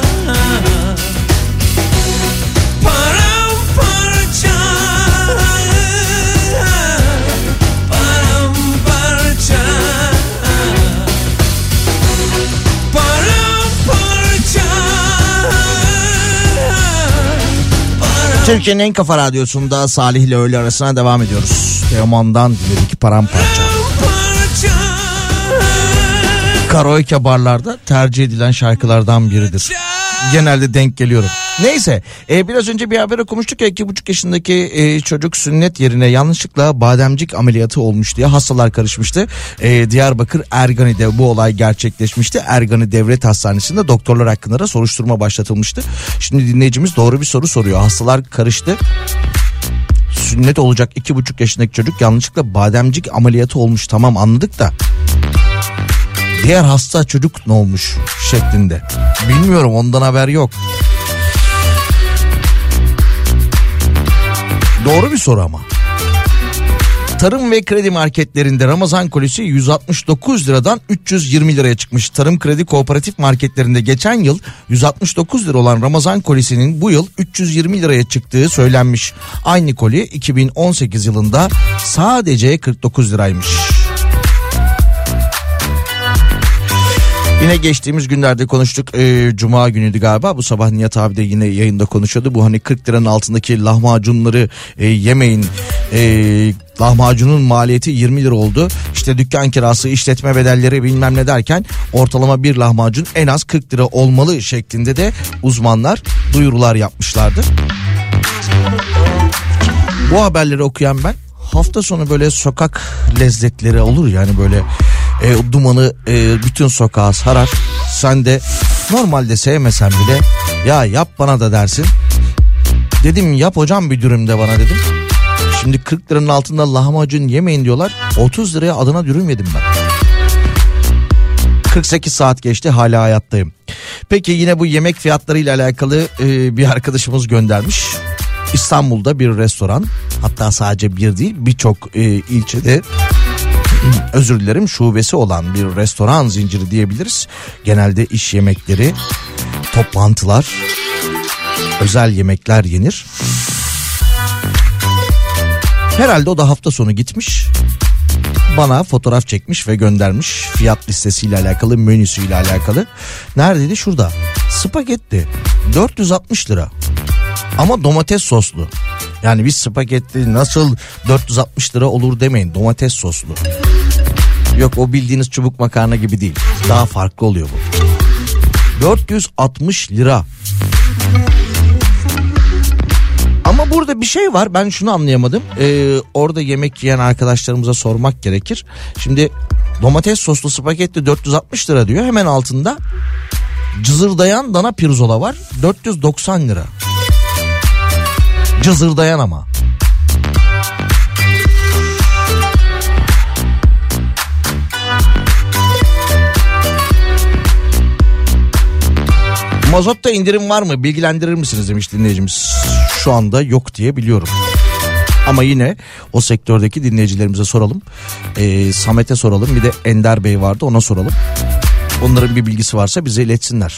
paramparça, paramparça, paramparça, paramparça. Türkiye'nin en kafa radyosunda Salih ile öğle arasına devam ediyoruz. Teoman'dan dinledik paramparça. Karaoke barlarda tercih edilen şarkılardan biridir. Genelde denk geliyorum. Neyse e, biraz önce bir haber okumuştuk ya, iki buçuk yaşındaki e, çocuk sünnet yerine yanlışlıkla bademcik ameliyatı olmuş diye hastalar karışmıştı. E, Diyarbakır Ergani'de bu olay gerçekleşmişti. Ergani Devlet Hastanesi'nde doktorlar hakkında da soruşturma başlatılmıştı. Şimdi dinleyicimiz doğru bir soru soruyor. Hastalar karıştı. Sünnet olacak iki buçuk yaşındaki çocuk yanlışlıkla bademcik ameliyatı olmuş, tamam anladık da diğer hasta çocuk ne olmuş şeklinde. Bilmiyorum, ondan haber yok. Doğru bir soru ama. Tarım ve kredi marketlerinde Ramazan kolisi yüz altmış dokuz liradan üç yüz yirmi liraya çıkmış. Tarım kredi kooperatif marketlerinde geçen yıl yüz altmış dokuz lira olan Ramazan kolisinin bu yıl üç yüz yirmi liraya çıktığı söylenmiş. Aynı koli iki bin on sekiz yılında sadece kırk dokuz liraymış. Yine geçtiğimiz günlerde konuştuk. Ee, Cuma günüydü galiba. Bu sabah Nihat abi de yine yayında konuşuyordu. Bu hani kırk liranın altındaki lahmacunları e, yemeyin. E, lahmacunun maliyeti yirmi lira oldu. İşte dükkan kirası, işletme bedelleri bilmem ne derken ortalama bir lahmacun en az kırk lira olmalı şeklinde de uzmanlar duyurular yapmışlardı. Bu haberleri okuyan ben hafta sonu böyle sokak lezzetleri olur yani böyle e, dumanı e, bütün sokağı sarar. Sen de normalde sevmesen bile ya yap bana da dersin. Dedim yap hocam bir dürüm de bana dedim. Şimdi kırk liranın altında lahmacun yemeyin diyorlar. otuz liraya adına dürüm yedim ben. kırk sekiz saat geçti hala hayattayım. Peki yine bu yemek fiyatlarıyla alakalı e, bir arkadaşımız göndermiş. İstanbul'da bir restoran, hatta sadece bir değil birçok e, ilçede özür dilerim şubesi olan bir restoran zinciri diyebiliriz. Genelde iş yemekleri, toplantılar, özel yemekler yenir. Herhalde o da hafta sonu gitmiş, bana fotoğraf çekmiş ve göndermiş fiyat listesiyle alakalı, menüsüyle alakalı. Neredeydi? Şurada. Spagetti dört yüz altmış lira. Ama domates soslu. Yani biz spagetti nasıl dört yüz altmış lira olur demeyin. Domates soslu. Yok o bildiğiniz çubuk makarna gibi değil. Daha farklı oluyor bu. dört yüz altmış lira. Ama burada bir şey var, ben şunu anlayamadım. Ee, orada yemek yiyen arkadaşlarımıza sormak gerekir. Şimdi domates soslu spagetti dört yüz altmış lira diyor. Hemen altında cızırdayan dana pirzola var. dört yüz doksan lira. Cızırdayan ama. Mazotta indirim var mı? Bilgilendirir misiniz demiş dinleyicimiz. Şu anda yok diye biliyorum. Ama yine o sektördeki dinleyicilerimize soralım. Ee, Samet'e soralım. Bir de Ender Bey vardı, ona soralım. Onların bir bilgisi varsa bize iletsinler.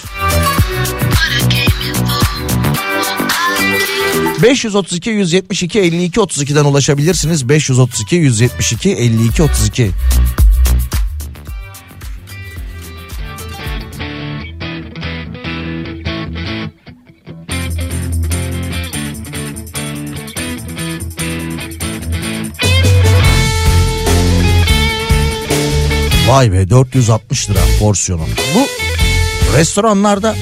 beş yüz otuz iki yüz yetmiş iki elli iki otuz iki'den ulaşabilirsiniz. beş yüz otuz iki yüz yetmiş iki elli iki otuz iki. Vay be, dört yüz altmış lira porsiyonu. Bu restoranlarda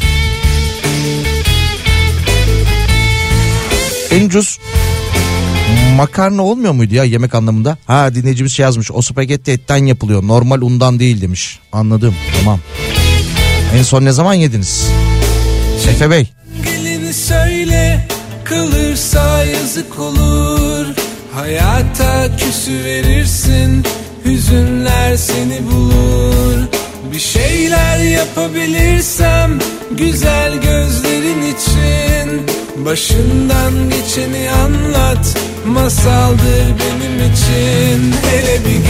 en ucuz makarna olmuyor muydu ya yemek anlamında? Ha, dinleyicimiz şey yazmış, o spagetti etten yapılıyor, normal undan değil demiş. Anladım, tamam. En son ne zaman yediniz Sefe Bey? Gelini söyle, kalırsa yazık olur. Hayata küsü verirsin, hüzünler seni bulur. Bir şeyler yapabilirsem güzel gözlerin için, başından geçeni anlat, masaldır benim için. Hele bir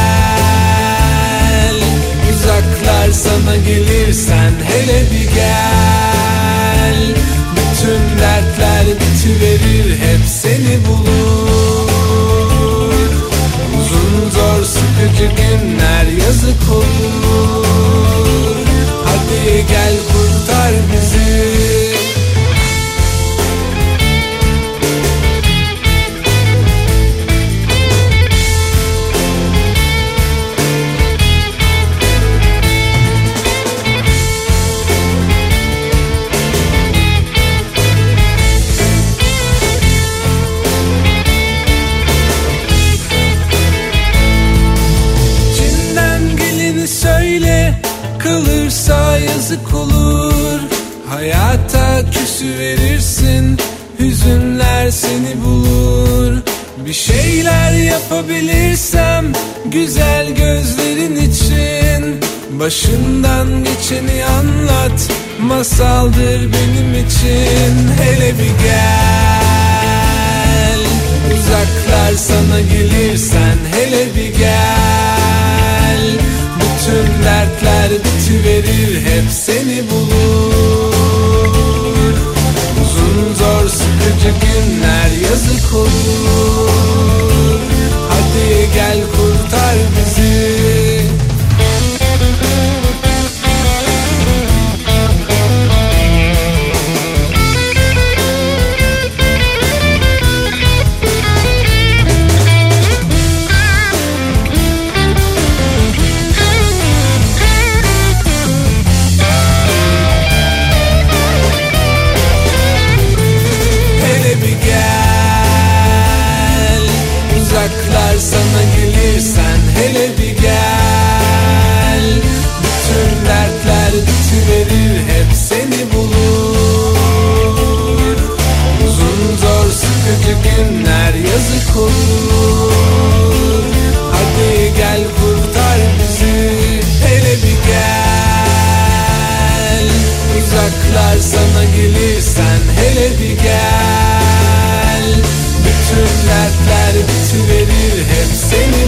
gel, uzaklar sana gelirsen hele bir gel. Bütün dertler bitiverir, hep seni bulur. Uzun zor sıkıcı günler yazık olur. Hadi gel kurtar bizi. Kalırsa yazık olur. Hayata küsü verirsin, hüzünler seni bulur. Bir şeyler yapabilirsem güzel gözlerin için, başından geçeni anlat, masaldır benim için. Hele bir gel, Uzaklar sana gelirsen hele bir gel. Bütün dertler bitiverir, hep seni bulur. Uzun zor sıkıcı günler yazık olur. Hadi gel kurtar bizi. Uzaklar sana gelirsen hele bir gel. Bütün dertler bitiverir, hep seni bulur. Uzun zor sıkıcı günler yazık olur. Hadi gel kurtar bizi, hele bir gel. Uzaklar sana gelirsen hele bir gel. Bütün dertler bitiverir, hep seni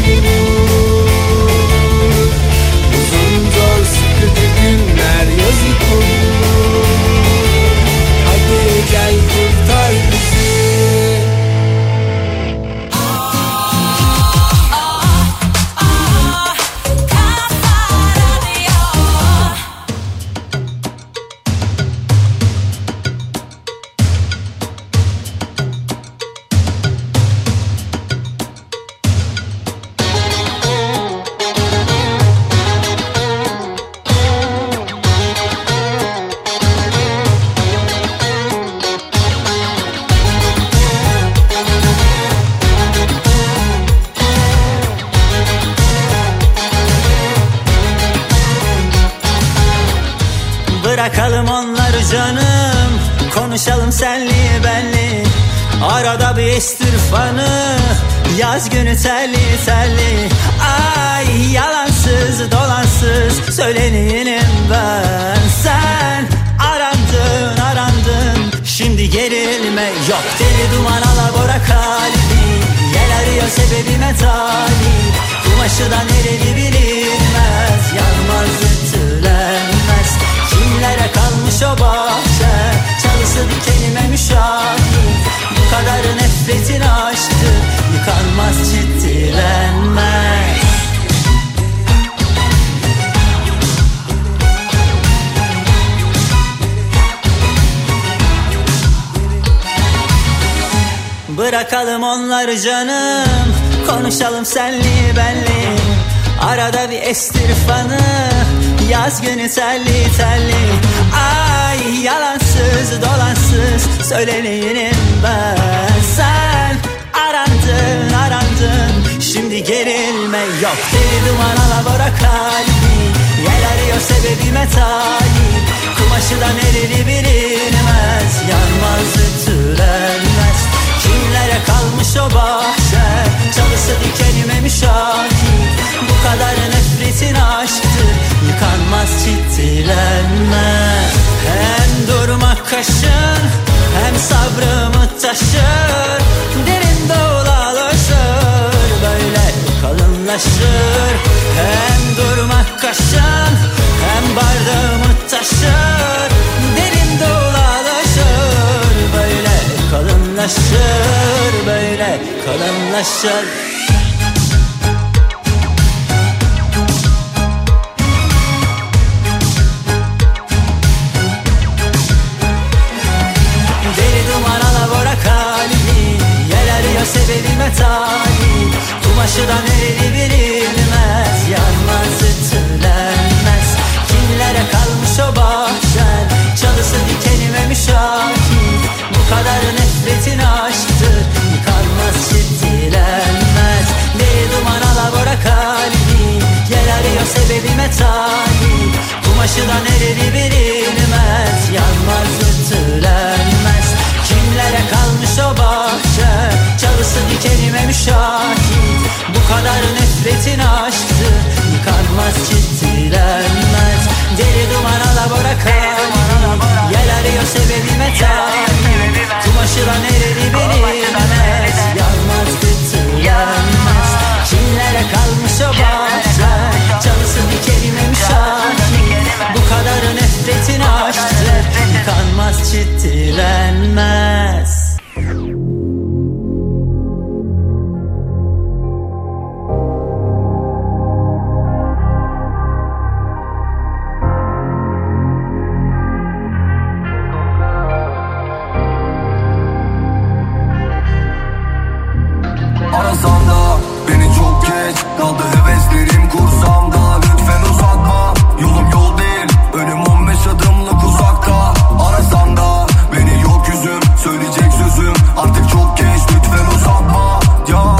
bulur. Uzun zor sıkıcı günler yazık olur. Hadi gel kurtar bizi. Bırakalım onları canım, konuşalım senli benli. Arada bir estir fanı, yaz günü telli telli. Ay yalansız dolansız söyleneyim ben. Sen arandın arandın, şimdi gerilme yok. Deli duman alabora kalbi, yel arıyor sebebime talip. Kumaşı da nereli bilinmez, yanmaz ütülenmez. Kimlere kalmış o bahçe, çalısı dikenime müşahit. Bu kadar nefretin aşktı, yıkanmaz ciddilenmez. Bırakalım onları canım, konuşalım senli benli. Arada bir estir fanı, yaz günü telli telli. Ay yalansız dolansız söyleneyim ben. Sen arandın arandın, şimdi gerilme yok. Deli duman alabora kalbi, yel arıyor sebebime talip. Kumaşı da nereli bilinmez, yanmaz ütülenmez. Kimlere kalmış o bahçe, çalısı dikenime müşahit. Bu kadar nefretin aşktı, yıkanmaz ciddilenmez. Hem durmak kaşın, hem sabrımı taşır. Derin dolalaşır, böyle kalınlaşır. Hem durmak kaşın, hem bardağımı taşır. Derin dolalaşır, böyle kalınlaşır, böyle kalınlaşır. Sebebime talip, kumaşı da nereli bilinmez, yanmaz ütülenmez. Kimlere kalmış o bahçen, çalısı dikenime müşahit. Bu kadar nefretin aşktır, yıkanmaz ciddilenmez. Deli duman alabora kalbi, gel arıyor sebebime talip. Kumaşı da nereli bilinmez, yanmaz ütülenmez. Kimlere kalmış o bahçe, çalısı dikenime müşahit. Bu kadar nefretin aşktı, yıkanmaz ciddilenmez. Deli duman alabora kalbi, yel arıyor sebebime talip. Kumaşı da nereli bilinmez, yanmaz yenmez. Kimlere kalmış o bahçe, çalısı dikeni müşahit. Bu kadar nefretin aşktır, yıkanmaz çitilenmez. Arasanda beni çok geç kaldı heveslerim kursamda. Lütfen uzatma, yolum yol değil, önüm on beş adımlık uzakta. Arasanda beni yok yüzüm, söyleyecek sözüm artık çok geç, lütfen uzatma ya.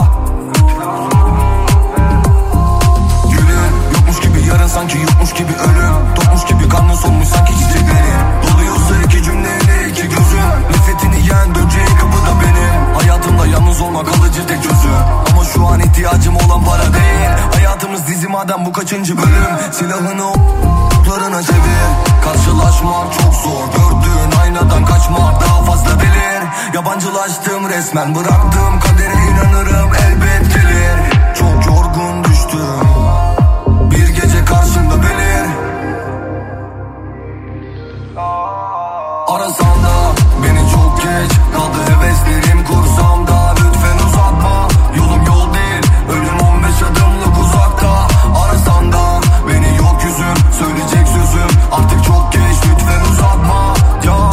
Gülün yokmuş gibi yarın, sanki yokmuş gibi ölüm. Topmuş gibi karnın solmuş sanki çiçeklerin. Doluyorsa iki cümleyle iki gözüm. Nefretini yen döneceği kapıda benim. Hayatımda yalnız olmak kalıcı tek çözüm. Ama şu an ihtiyacım olan para değil. Hayatımız dizi madem, bu kaçıncı bölüm? Silahını o**larına çevir. Karşılaşmak çok zor, gördüğün aynadan kaçmak daha fazla delir. Yabancılaştım resmen, bıraktığım kadere inanırım elbet gelir. Çok yorgun düştüm, bir gece karşımda belir. Arasanda beni çok geç kaldı heveslerim kursamda. Lütfen uzatma, yolum yol değil, ölüm on beş adımlık uzakta. Arasanda beni yok yüzüm, söyleyecek sözüm artık çok geç, lütfen uzatma ya.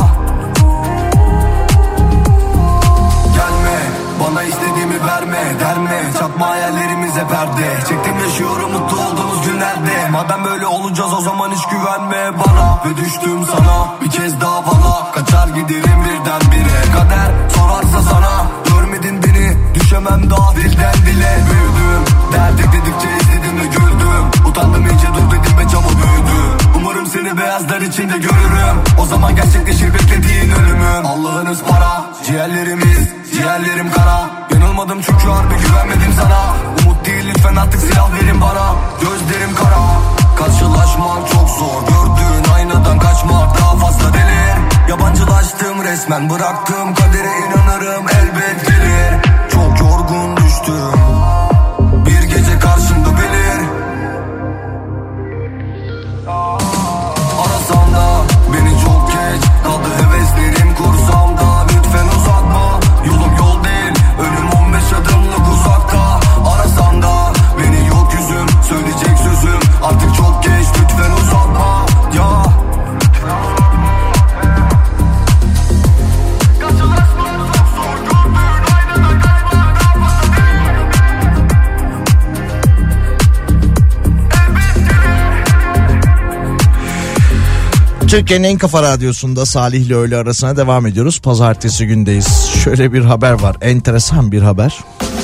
Gelme bana, istediğimi verme, derme çatma hayallerimize perde. Çektim yaşıyorum mutlu olduğumuz günlerde. Madem böyle olacağız o zaman hiç güvenme bana. Ve düştüm sana bir kez daha bana, kaçar giderim birdenbire. Kader sorarsa sana, görmedin beni, düşemem daha dilden dile. Büyüdüm, dert ekledikçe izledim ve güldüm. Utandım iyice, dur dedim ve camı büyüdü. Umarım seni beyazlar içinde görürüm. O zaman gerçekleşir beklediğin ölümüm. Allah'ınız para, ciğerlerimiz, ciğerlerim kara. Yanılmadım çünkü harbi güvenmedim sana. Umut değil lütfen artık silah verin bana. Gözlerim kara, karşılaşmak çok zor, gördüğün aynadan kaçmak daha fazla delir. Yabancılaştım resmen, bıraktığım kadere inanırım elbet gelir. Çok yorgun düştüm, bir gece karşımda belir. Arasanda beni çok geç kaldı heveslerim kursamda. Lütfen uzatma, yolum yol değil, önüm on beş adımlık uzakta. Arasanda beni yok yüzüm, söyleyecek sözüm artık çok geç, lütfen uzatma ya. Türkiye'nin en kafa radyosunda Salih ile öğle arasına devam ediyoruz. Pazartesi gündeyiz. Şöyle bir haber var. Enteresan bir haber.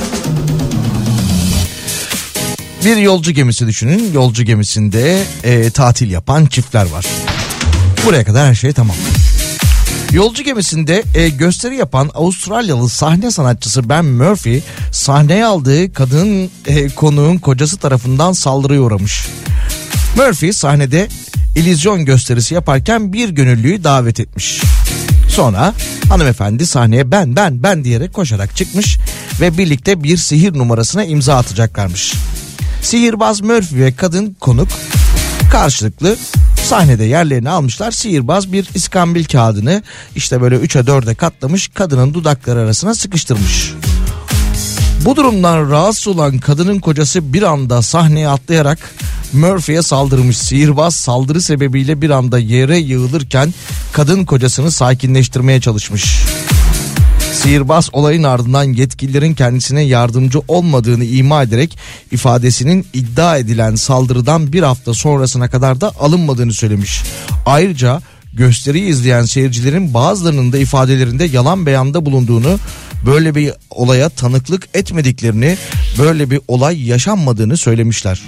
Bir yolcu gemisi düşünün. Yolcu gemisinde e, tatil yapan çiftler var. Buraya kadar her şey tamam. Yolcu gemisinde e, gösteri yapan Avustralyalı sahne sanatçısı Ben Murphy sahneye aldığı kadın e, konuğun kocası tarafından saldırıya uğramış. Murphy sahnede illüzyon gösterisi yaparken bir gönüllüyü davet etmiş. Sonra hanımefendi sahneye ben ben ben diyerek koşarak çıkmış ve birlikte bir sihir numarasına imza atacaklarmış. Sihirbaz Murphy ve kadın konuk karşılıklı sahnede yerlerini almışlar. Sihirbaz bir iskambil kağıdını işte böyle üçe dörde katlamış, kadının dudakları arasına sıkıştırmış. Bu durumdan rahatsız olan kadının kocası bir anda sahneye atlayarak Murphy'ye saldırmış. Sihirbaz saldırı sebebiyle bir anda yere yığılırken kadın kocasını sakinleştirmeye çalışmış. Sihirbaz olayın ardından yetkililerin kendisine yardımcı olmadığını ima ederek ifadesinin iddia edilen saldırıdan bir hafta sonrasına kadar da alınmadığını söylemiş. Ayrıca gösteriyi izleyen seyircilerin bazılarının da ifadelerinde yalan beyanda bulunduğunu, böyle bir olaya tanıklık etmediklerini, böyle bir olay yaşanmadığını söylemişler.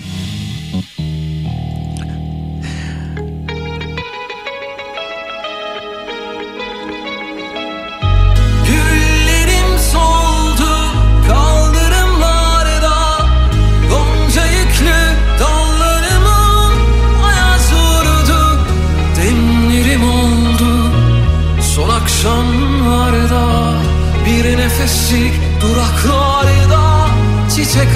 Akşamlarda bir nefeslik duraklarda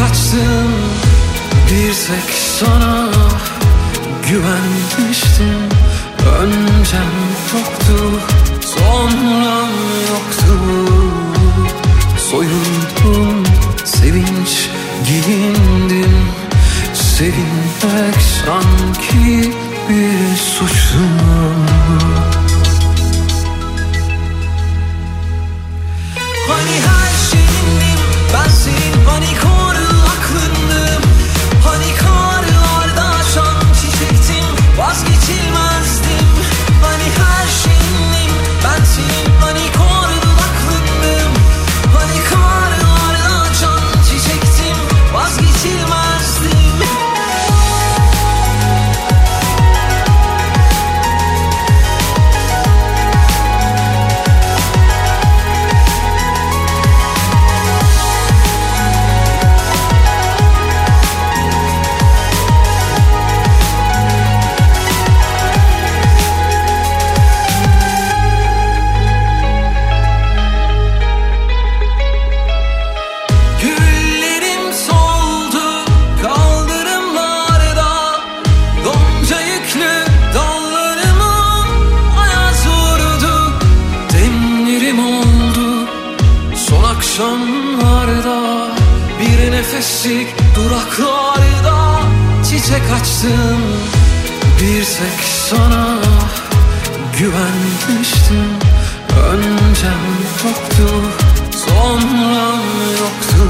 açtım, bir tek sana güvenmiştim. Öncem yoktu, sonram yoktu. Soyundum, sevinç giyindim. Sevinmek sanki bir suçtu. Hani her şeyindim ben senin, hani koru aklındım. Hani karlarda açan çiçektim, vazgeçilmezdim. Hani her şeyindim ben senin, hani koru aklındım. Hani karlarda açan çiçektim, vazgeçilmezdim. Akşamlarda bir nefeslik duraklarda çiçek açtım, bir tek sana güvenmiştim. Öncem yoktu, sonram yoktu.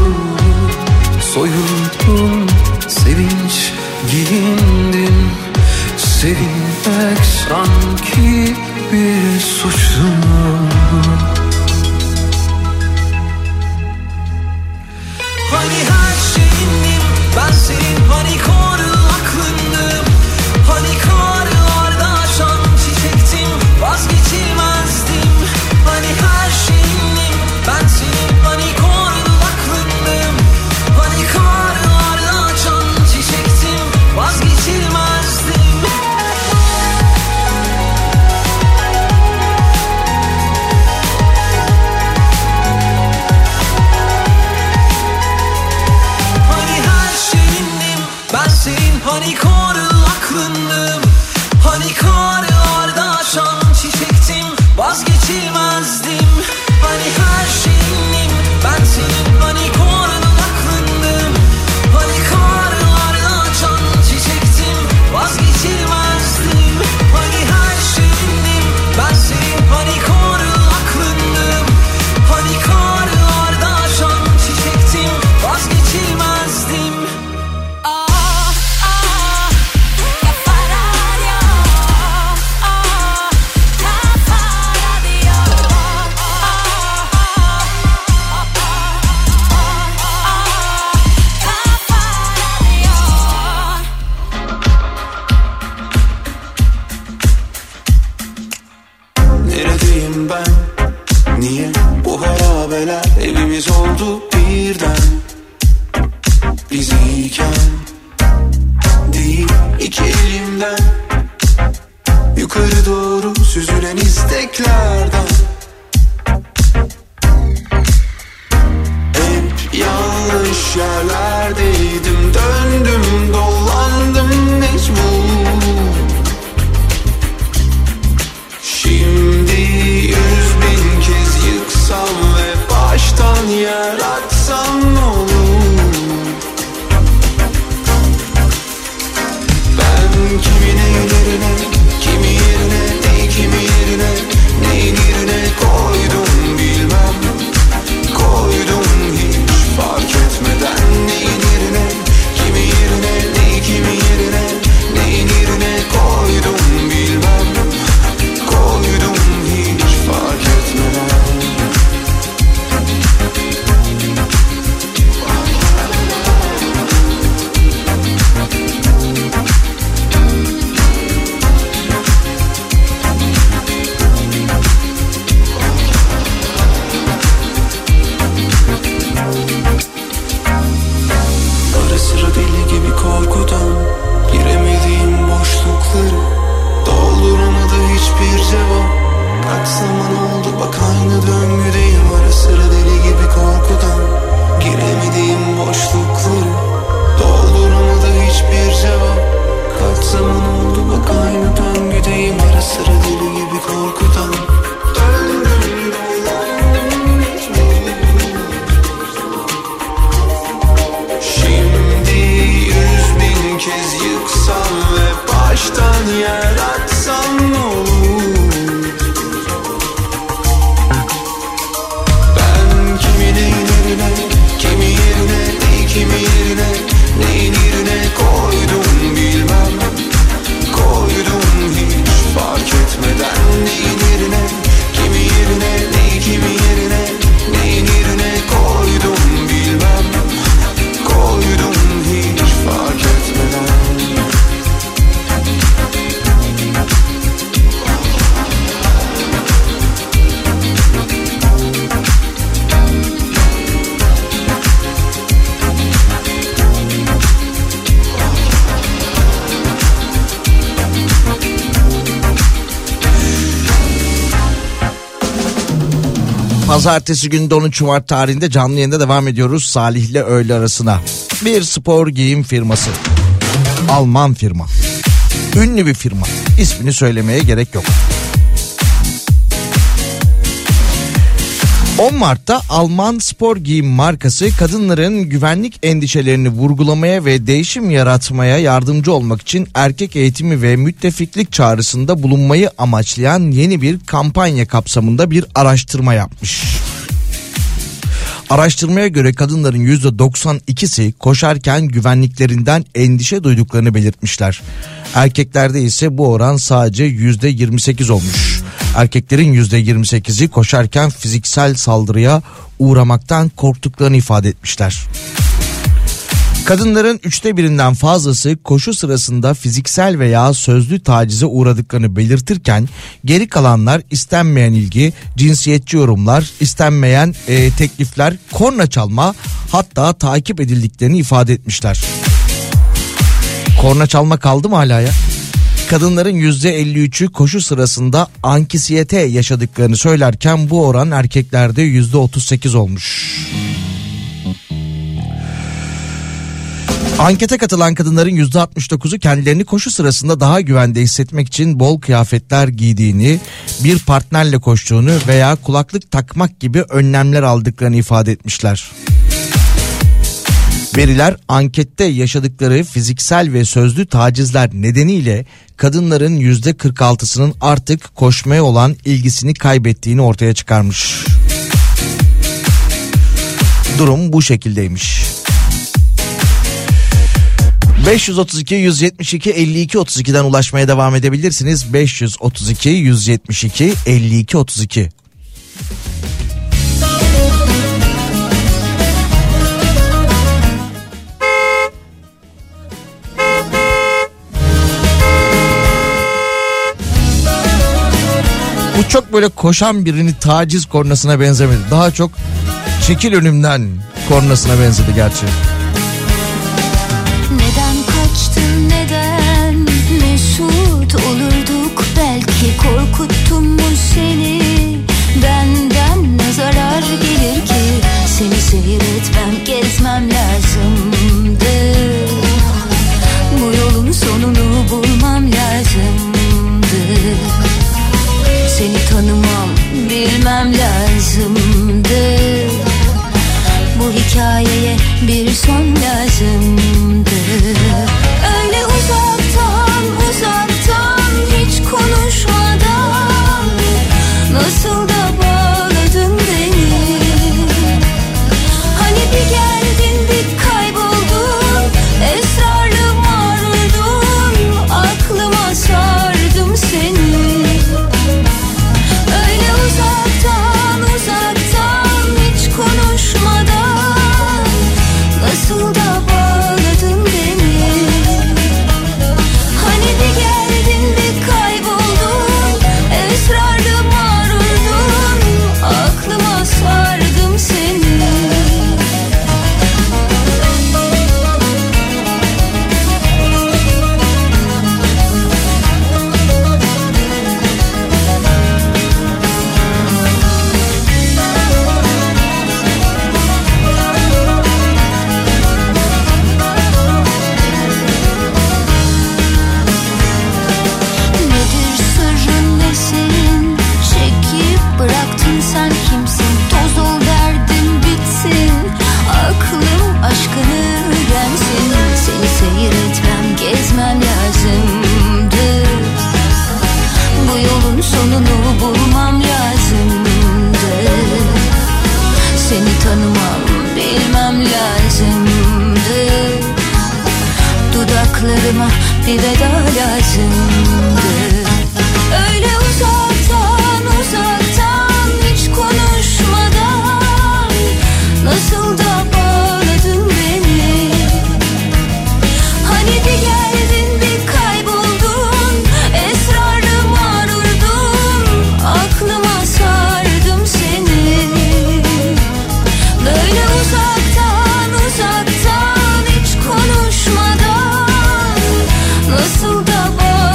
Soyundum, sevinç giyindim. Sevinmek sanki bir suçtu. Hani her şeyindim ben senin, hani koru aklındım. Hani karlarda açan çiçektim, vazgeçilmezdim. Hani her şeyindim ben senin, hani koru aklındım. Hani karlarda açan çiçektim, vazgeçilmezdim. Hani koru aklındım, hani karlarda açan çiçektim, vazgeçilmezdim. Hani her şeyindim ben senin, hani koru aklındım. Hani karlarda açan çiçektim, vazgeçilmezdim. Hani her şeyindim ben senin, hani koru aklındım. Hani karlarda açan çiçektim, vazgeçilmezdim. Evimiz oldu birden, biz iyiken değil iki elimden yukarı doğru süzülen isteklerden. Hep yanlış yerlerdeydim, döndüm dolandım mecbur. Şimdi yüz bin kez yıksam ve baştan yaratsam ne olur? Ben kimin ellerine, kimi yerine, ne kimi yerine, neyin yerine koydum bilmem. Koydum hiç fark etmeden, neyin yerine, kimi yerine, ne kimi yerine, neyin yerine koydum bilmem. Koydum hiç fark etmeden. Pazartesi günü on üç Mart tarihinde canlı yayında devam ediyoruz Salih'le öğle arasına. Bir spor giyim firması. Alman firma. Ünlü bir firma. İsmini söylemeye gerek yok. on Mart'ta Alman spor giyim markası kadınların güvenlik endişelerini vurgulamaya ve değişim yaratmaya yardımcı olmak için erkek eğitimi ve müttefiklik çağrısında bulunmayı amaçlayan yeni bir kampanya kapsamında bir araştırma yapmış. Araştırmaya göre kadınların yüzde doksan ikisi koşarken güvenliklerinden endişe duyduklarını belirtmişler. Erkeklerde ise bu oran sadece yüzde yirmi sekiz olmuş. Erkeklerin yüzde yirmi sekizi koşarken fiziksel saldırıya uğramaktan korktuklarını ifade etmişler. Kadınların üçte birinden fazlası koşu sırasında fiziksel veya sözlü tacize uğradıklarını belirtirken geri kalanlar istenmeyen ilgi, cinsiyetçi yorumlar, istenmeyen e, teklifler, korna çalma, hatta takip edildiklerini ifade etmişler. Korna çalma kaldı mı hala ya? Kadınların yüzde elli üçü koşu sırasında anksiyete yaşadıklarını söylerken bu oran erkeklerde yüzde otuz sekiz olmuş. Ankete katılan kadınların yüzde altmış dokuzu kendilerini koşu sırasında daha güvende hissetmek için bol kıyafetler giydiğini, bir partnerle koştuğunu veya kulaklık takmak gibi önlemler aldıklarını ifade etmişler. Veriler ankette yaşadıkları fiziksel ve sözlü tacizler nedeniyle kadınların yüzde kırk altısının artık koşmaya olan ilgisini kaybettiğini ortaya çıkarmış. Durum bu şekildeymiş. beş yüz otuz iki yüz yetmiş iki elli iki otuz iki'den ulaşmaya devam edebilirsiniz. beş yüz otuz iki yüz yetmiş iki elli iki otuz iki. Bu çok böyle koşan birini taciz kornasına benzemedi. Daha çok çekil önümden kornasına benzedi gerçi. Neden kaçtın, neden mesut olurduk, belki korkuttum mu seni, benden ne zarar gelir ki, seni seyretmem gezmem lazımdı, bu yolun sonunu bulmam lazımdı, seni tanımam bilmem lazımdı, bu hikayeye bir son lazımdı. Öyle uzaktan uzaktan hiç konuşmadan nasıl da bağladın beni. Hani bir geldin bir kayboldun, esrarlı mağrurdun, aklıma sardım seni. Öyle uzaktan uzaktan hiç konuşmadan nasıl da bağladın beni. Hani bir geldin bir kayboldun, esrarlı mağrurdun, aklıma sardım seni. Nedir sırrın, ne senin? Çekip bıraktın, sen kimsin? Toz ol derdim bitsin, aklım aşkını öğrensin, seni seyretmem gezmem lazımdı, bu yolun sonunu bulmam lazımdı, seni tanımam bilmem lazımdı, dudaklarıma bir veda lazımdı. Öyle uzaktan uzaktan hiç konuşmadan nasıl da bağladın beni. Hani bir geldin bir kayboldun, esrarlı mağrurdun, aklıma sardım seni. Böyle uzaktan uzaktan hiç konuşmadan nasıl da bağladın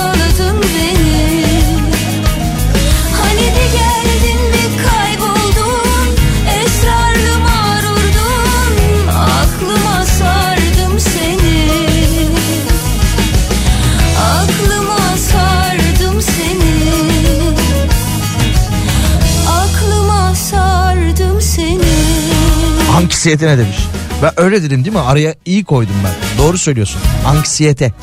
Anksiyete ne demiş? Ben öyle dedim değil mi? Araya iyi koydum ben. Doğru söylüyorsun. Anksiyete.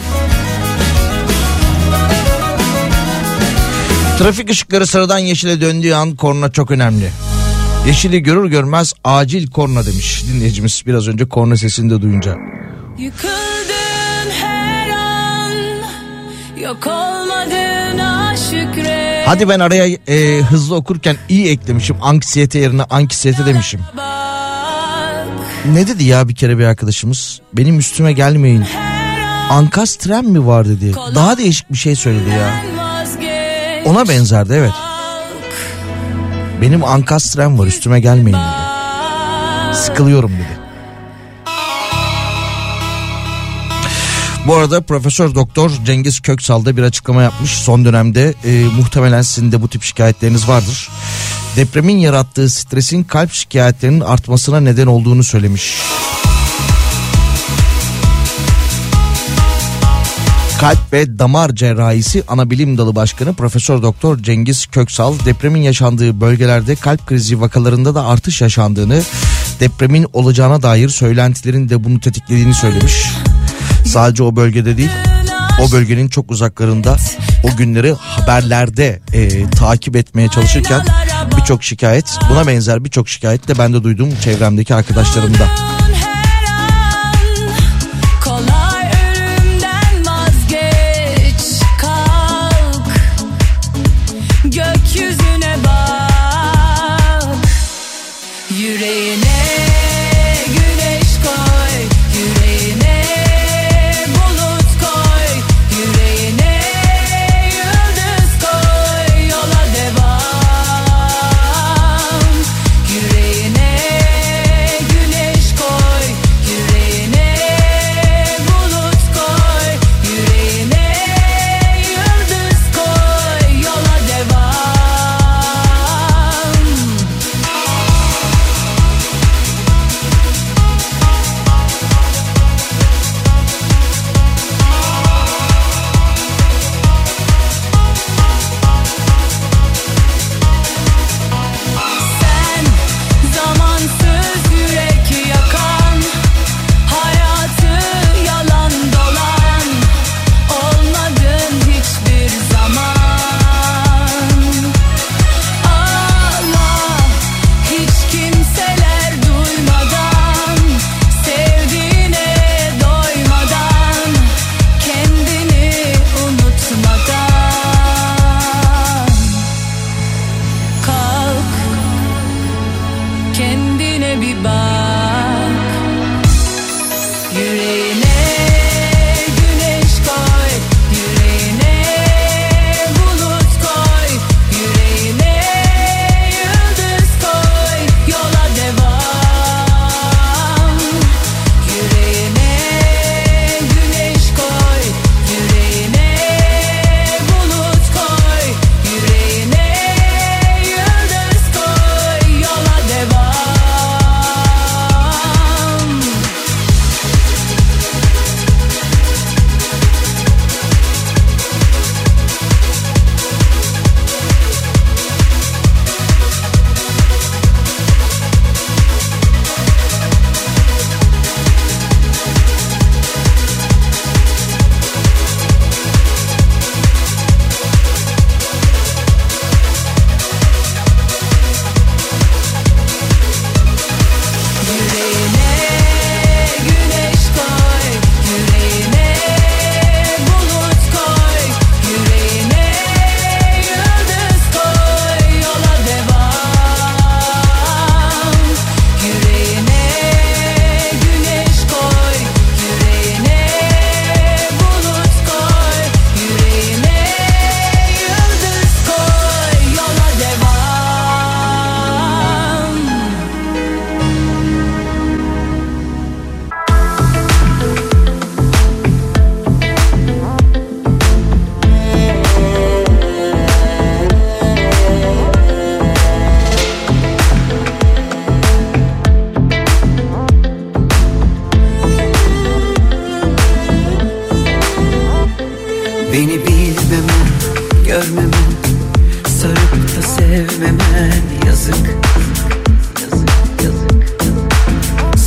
Trafik ışıkları sarıdan yeşile döndüğü an korna çok önemli. Yeşili görür görmez acil korna demiş dinleyicimiz biraz önce korna sesini de duyunca. Yıkıldın her an, yok olmadığına şükret. Hadi ben araya e, hızlı okurken iyi eklemişim. Anksiyete yerine ankisiyete demişim. Ne dedi ya bir kere bir arkadaşımız? Benim üstüme gelmeyin. Ankastren mi var dedi. Daha değişik bir şey söyledi ya. Ona benzerdi evet. Benim ankastren var üstüme gelmeyin dedi. Sıkılıyorum dedi. Bu arada Profesör Doktor Cengiz Köksal da bir açıklama yapmış. Son dönemde e, muhtemelen sizin de bu tip şikayetleriniz vardır. Depremin yarattığı stresin kalp şikayetlerinin artmasına neden olduğunu söylemiş. Kalp ve Damar Cerrahisi Anabilim Dalı Başkanı Profesör Doktor Cengiz Köksal depremin yaşandığı bölgelerde kalp krizi vakalarında da artış yaşandığını, depremin olacağına dair söylentilerin de bunu tetiklediğini söylemiş. Sadece o bölgede değil, o bölgenin çok uzaklarında o günleri haberlerde e, takip etmeye çalışırken birçok şikayet, buna benzer birçok şikayet de ben de duydum çevremdeki arkadaşlarımda.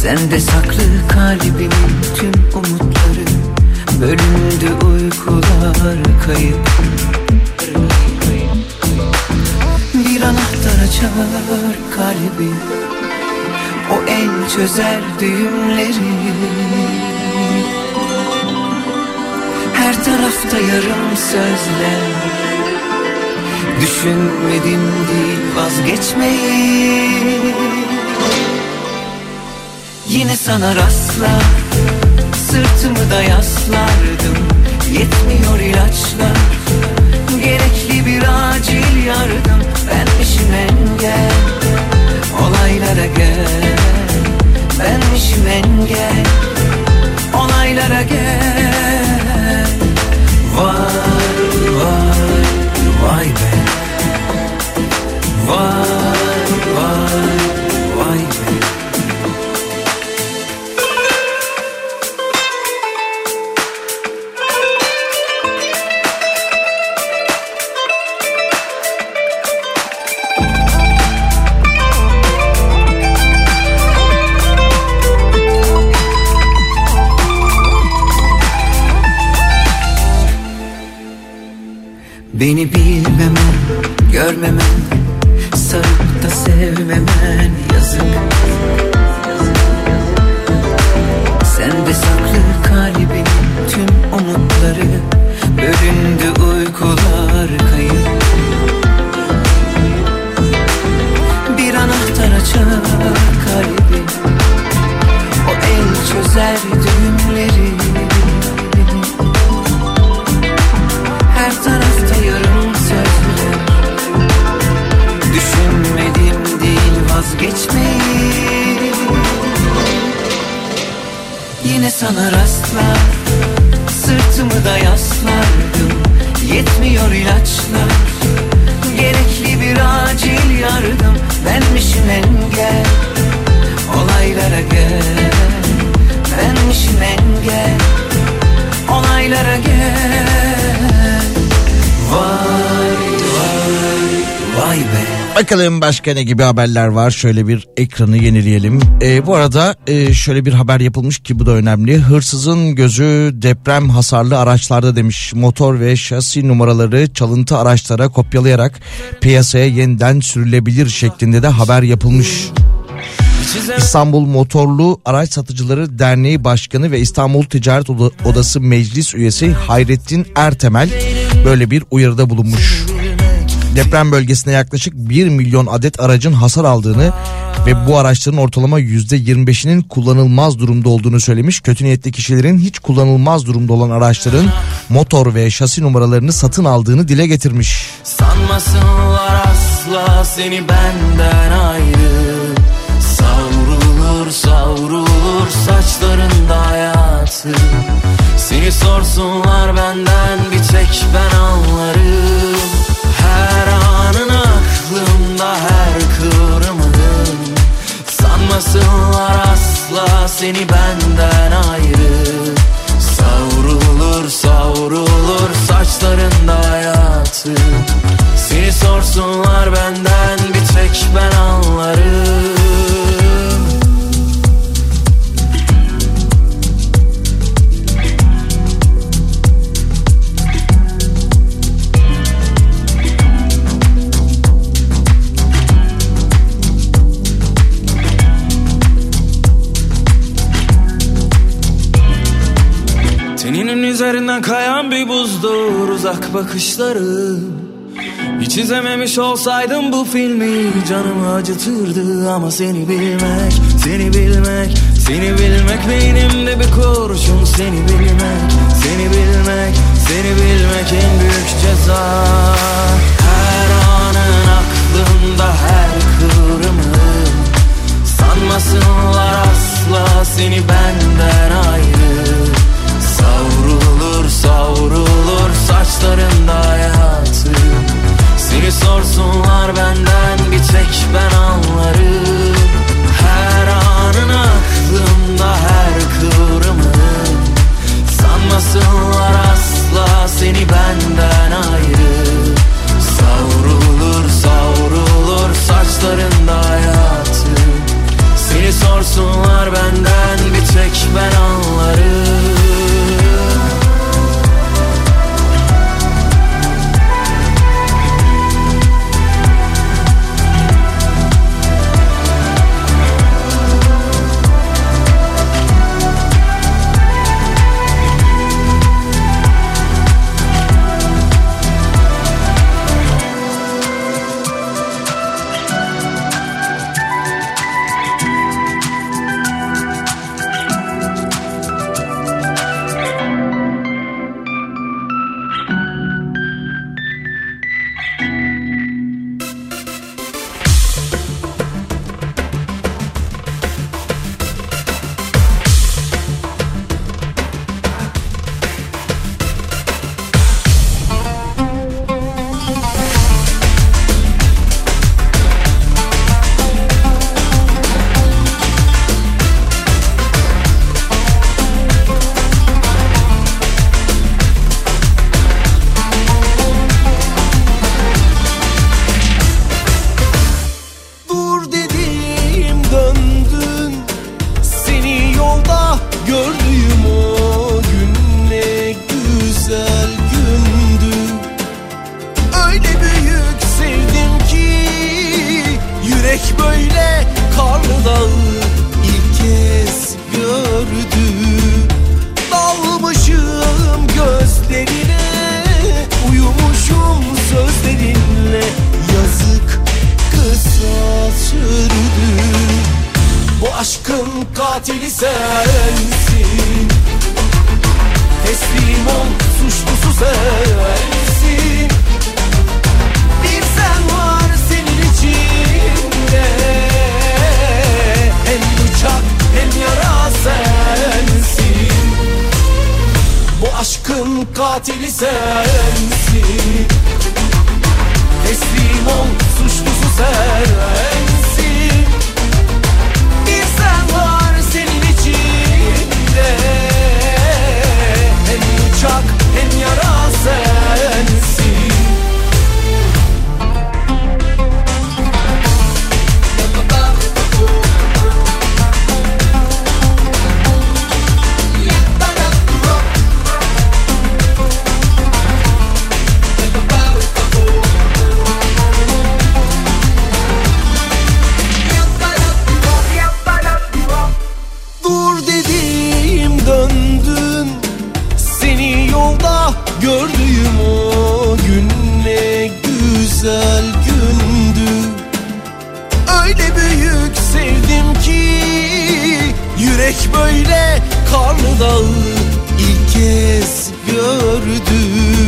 Sende saklı kalbimin tüm umutları, bölündü uykular kayıp. Bir anahtar açar kalbi, o el çözer düğümleri. Her tarafta yarım sözler, düşünmedim değil vazgeçmeyi. Yine sana rastlar, sırtımı da yaslardım. Yetmiyor ilaçlar, gerekli bir acil yardım. Benmişim engel, olaylara gel. Benmişim engel, olaylara gel. Vay vay vay be, vay vay vay be. Beni bilmemen, görmemen, sarıp da sevmemen yazık. Sende saklı kalbin tüm umutları, bölündü uykular kayıp. Bir anahtar açar kalbi, o el çözer düğümleri. Her tarafta yarım sözler, düşünmedim değil vazgeçmeyi. Yine sana rastlar, sırtımı da yaslardım. Yetmiyor ilaçlar, gerekli bir acil yardım. Benmişim engel, olaylara gel. Benmişim engel, olaylara gel. Vay vay vay be. Bakalım başka ne gibi haberler var. Şöyle bir ekranı yenileyelim. Ee, bu arada e, şöyle bir haber yapılmış ki bu da önemli. Hırsızın gözü deprem hasarlı araçlarda demiş. Motor ve şasi numaraları çalıntı araçlara kopyalayarak piyasaya yeniden sürülebilir şeklinde de haber yapılmış. İstanbul Motorlu Araç Satıcıları Derneği Başkanı ve İstanbul Ticaret Odası Meclis Üyesi Hayrettin Ertemel böyle bir uyarıda bulunmuş. Deprem bölgesinde yaklaşık bir milyon adet aracın hasar aldığını ve bu araçların ortalama yüzde yirmi beşinin kullanılmaz durumda olduğunu söylemiş. Kötü niyetli kişilerin hiç kullanılmaz durumda olan araçların motor ve şasi numaralarını satın aldığını dile getirmiş. Sanmasınlar asla seni benden ayrı. Savrulur savrulur saçlarında hayatı. Seni sorsunlar benden bir tek ben anlarım. Her anın aklımda her kıvrımın. Sanmasınlar asla seni benden ayrı. Savrulur savrulur saçlarında hayatı. Seni sorsunlar benden bir tek ben anlarım. Teninin üzerinden kayan bir buzdur uzak bakışları. Hiç izlememiş olsaydım bu filmi canımı acıtırdı. Ama seni bilmek, seni bilmek, seni bilmek beynimde bir kurşun. Seni bilmek, seni bilmek, seni bilmek en büyük ceza. Her anın aklımda her kıvrımın. Sanmasınlar asla seni benden ayrı. Savrulur savrulur saçlarında hayatı. Seni sorsunlar benden bir tek ben anlarım. Her anın aklımda her kıvrımın. Sanmasınlar asla seni benden ayrı. böyle karlı dağı ilk kez gördü. Dalmışım gözlerine, uyumuşum sözlerinle, yazık kısa sürdü. Bu aşkın katili sensin, teslim ol suçlusu sensin. Bir sen var senin içinde, hem bıçak hem yara sensin. Bu aşkın katili sensin, teslim ol suçlusu sensin. Bir sen var senin içinde, hem bıçak hem yara sensin. Gördüğüm o gün ne güzel gündü. Öyle büyük sevdim ki yürek böyle karlı dağı ilk kez gördü.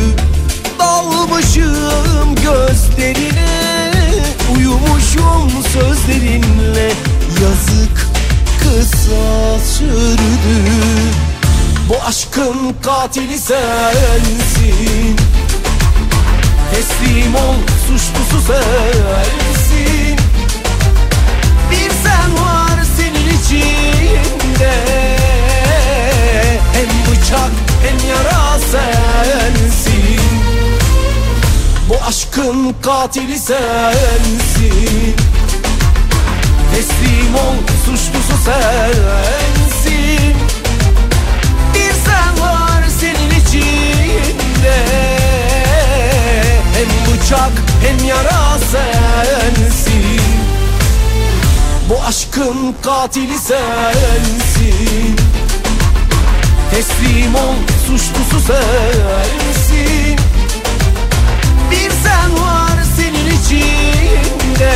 Dalmışım gözlerine, uyumuşum sözlerinle, yazık kısa sürdü. Bu aşkın katili sensin, teslim ol suçlusu sensin. Bir sen var senin içinde, hem bıçak hem yara sensin. Bu aşkın katili sensin, teslim ol suçlusu sensin. Sen var senin içinde, hem bıçak hem yara sensin. Bu aşkın katili sensin, teslim ol suçlusu sensin. Bir sen var senin içinde,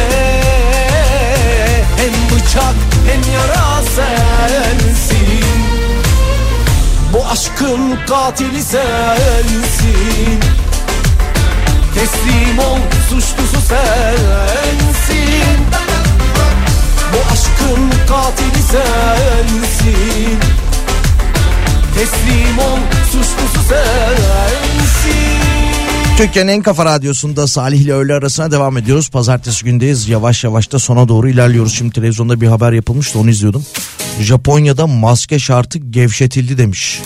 hem bıçak hem yara sensin. Bu aşkın katili sensin, teslim ol suçlusu sensin. Bu aşkın katili sensin, teslim ol suçlusu sensin. Türkiye'nin en kafa radyosunda Salih ile öğle arasına devam ediyoruz. Pazartesi gündeyiz. Yavaş yavaş da sona doğru ilerliyoruz. Şimdi televizyonda bir haber yapılmıştı, onu izliyordum. Japonya'da maske şartı gevşetildi demiş.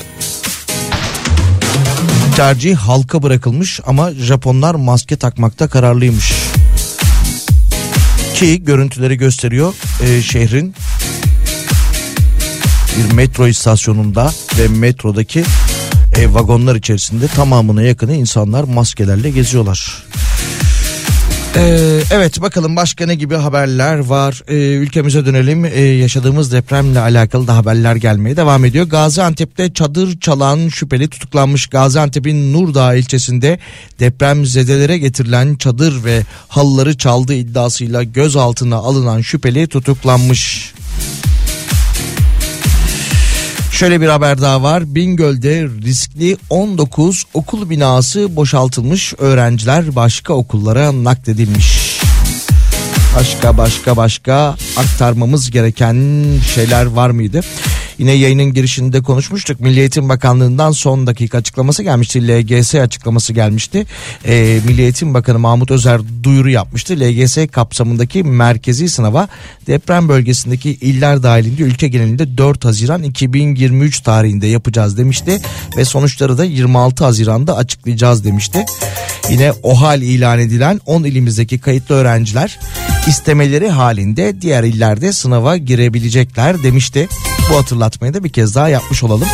Tercih halka bırakılmış ama Japonlar maske takmakta kararlıymış. Ki görüntüleri gösteriyor e, şehrin bir metro istasyonunda ve metrodaki e, vagonlar içerisinde tamamına yakını insanlar maskelerle geziyorlar. Ee, evet, bakalım başka ne gibi haberler var. Ee, ülkemize dönelim. Ee, yaşadığımız depremle alakalı da haberler gelmeye devam ediyor. Gaziantep'te çadır çalan şüpheli tutuklanmış. Gaziantep'in Nurdağ ilçesinde depremzedelere getirilen çadır ve halıları çaldığı iddiasıyla gözaltına alınan şüpheli tutuklanmış. Şöyle bir haber daha var. Bingöl'de riskli on dokuz okul binası boşaltılmış. Öğrenciler başka okullara nakledilmiş. Başka başka başka aktarmamız gereken şeyler var mıydı? Yine yayının girişinde konuşmuştuk. Milli Eğitim Bakanlığı'ndan son dakika açıklaması gelmişti. L G S açıklaması gelmişti. E, Milli Eğitim Bakanı Mahmut Özer duyuru yapmıştı. L G S kapsamındaki merkezi sınava deprem bölgesindeki iller dahilinde ülke genelinde dört Haziran iki bin yirmi üç tarihinde yapacağız demişti. Ve sonuçları da yirmi altı Haziran'da açıklayacağız demişti. Yine OHAL ilan edilen on ilimizdeki kayıtlı öğrenciler istemeleri halinde diğer illerde sınava girebilecekler demişti. Bu hatırlatmayı da bir kez daha yapmış olalım.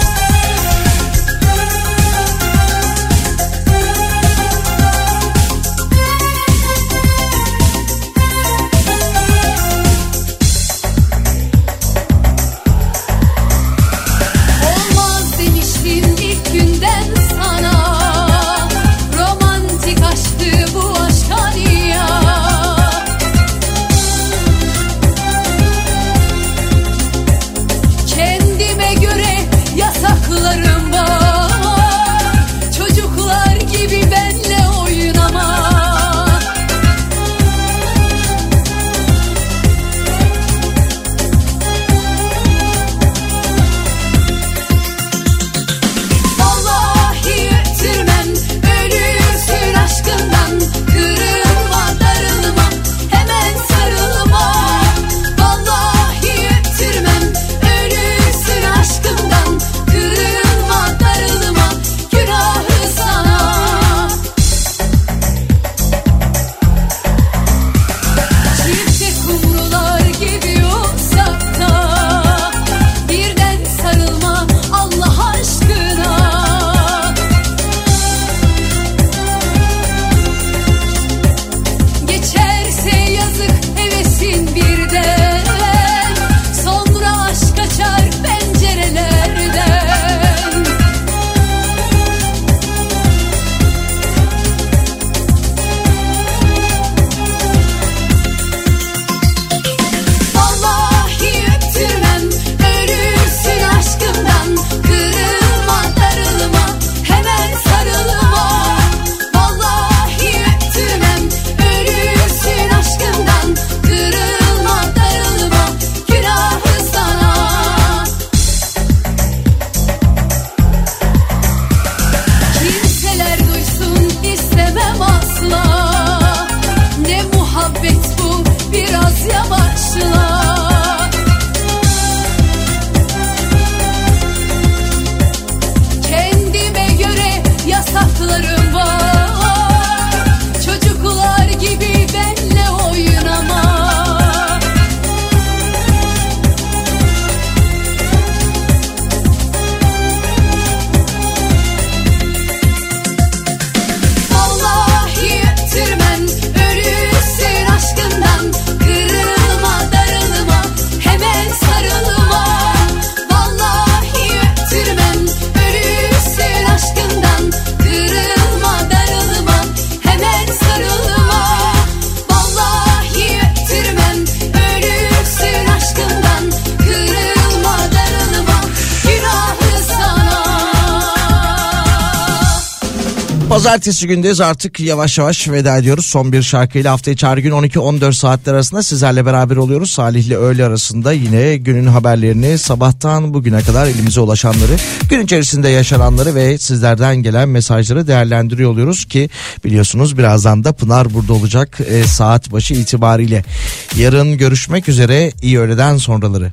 Pazartesi gündeyiz, artık yavaş yavaş veda ediyoruz. Son bir şarkıyla hafta içi her gün on iki on dört saatler arasında sizlerle beraber oluyoruz. Salih ile öğle arasında yine günün haberlerini, sabahtan bugüne kadar elimize ulaşanları, gün içerisinde yaşananları ve sizlerden gelen mesajları değerlendiriyor oluyoruz ki biliyorsunuz birazdan da Pınar burada olacak e, saat başı itibariyle. Yarın görüşmek üzere, iyi öğleden sonraları.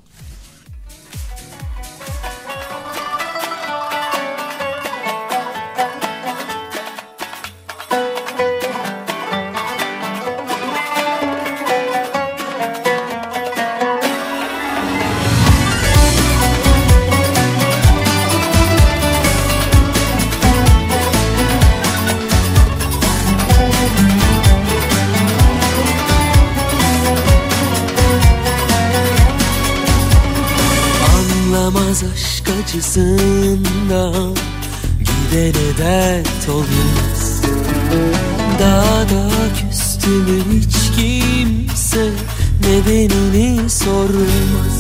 Aşk acısından gidene dert olmaz. Daha da küstümü hiç kimse nedenini sormaz.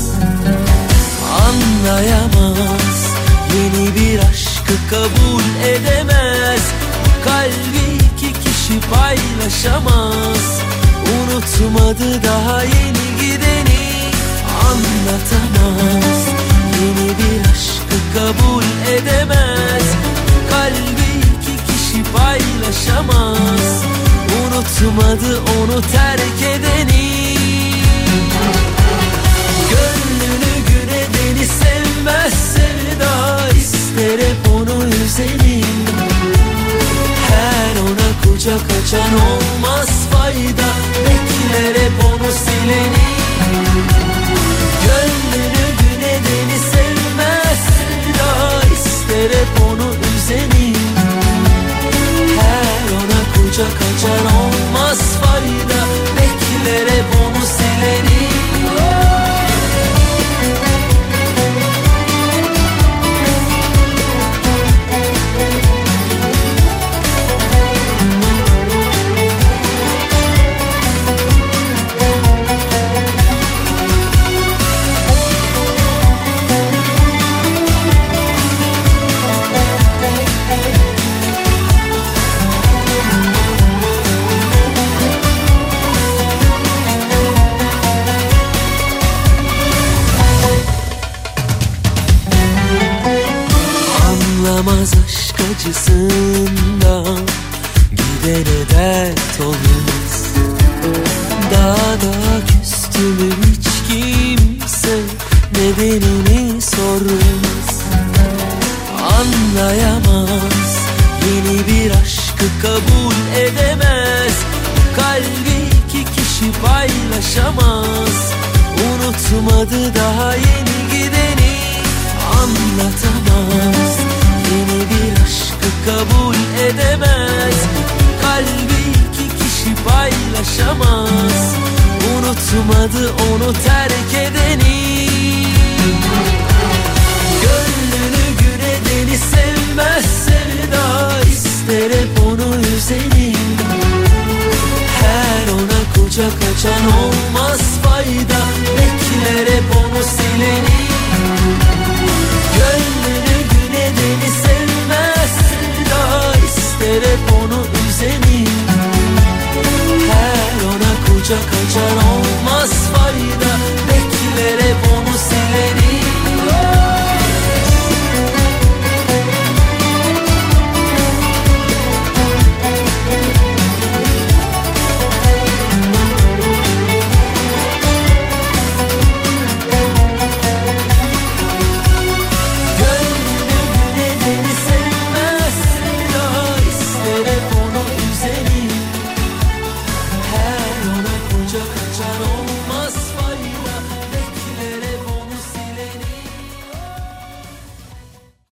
Anlayamaz, yeni bir aşkı kabul edemez. Kalbi iki kişi paylaşamaz. Unutmadı daha yeni gideni, anlatamaz. Yeni bir aşkı kabul edemez. Kalbi iki kişi paylaşamaz. Unutmadı onu terk edeni. Gönlünü gün edeni sevmez sevda, ister hep onu üzeni. Her ona kucak açan olmaz fayda, bekler hep onu sileni. Gönlünü gün edeni sevmez sevda, ister hep onu üzeni. Her ona kucak açan olmaz fayda, bekler hep onu sileni. Anlamaz aşk acısından gidene dert olmaz. Daha da küstümü hiç kimse nedenini sormaz. Anlayamaz, yeni bir aşkı kabul edemez. Kalbi iki kişi paylaşamaz. Unutmadı daha yeni gideni, anlatamaz. Yeni bir aşkı kabul edemez. Kalbi iki kişi paylaşamaz. Unutmadı onu terk edeni. Gönlünü gün edeni sevmez sevda, ister hep onu üzeni. Her ona kucak açan olmaz fayda, bekler hep onu sileni. Gönlünü gün edeni sevmez sevda, ister hep onu üzeni. Her ona kucak açan olmaz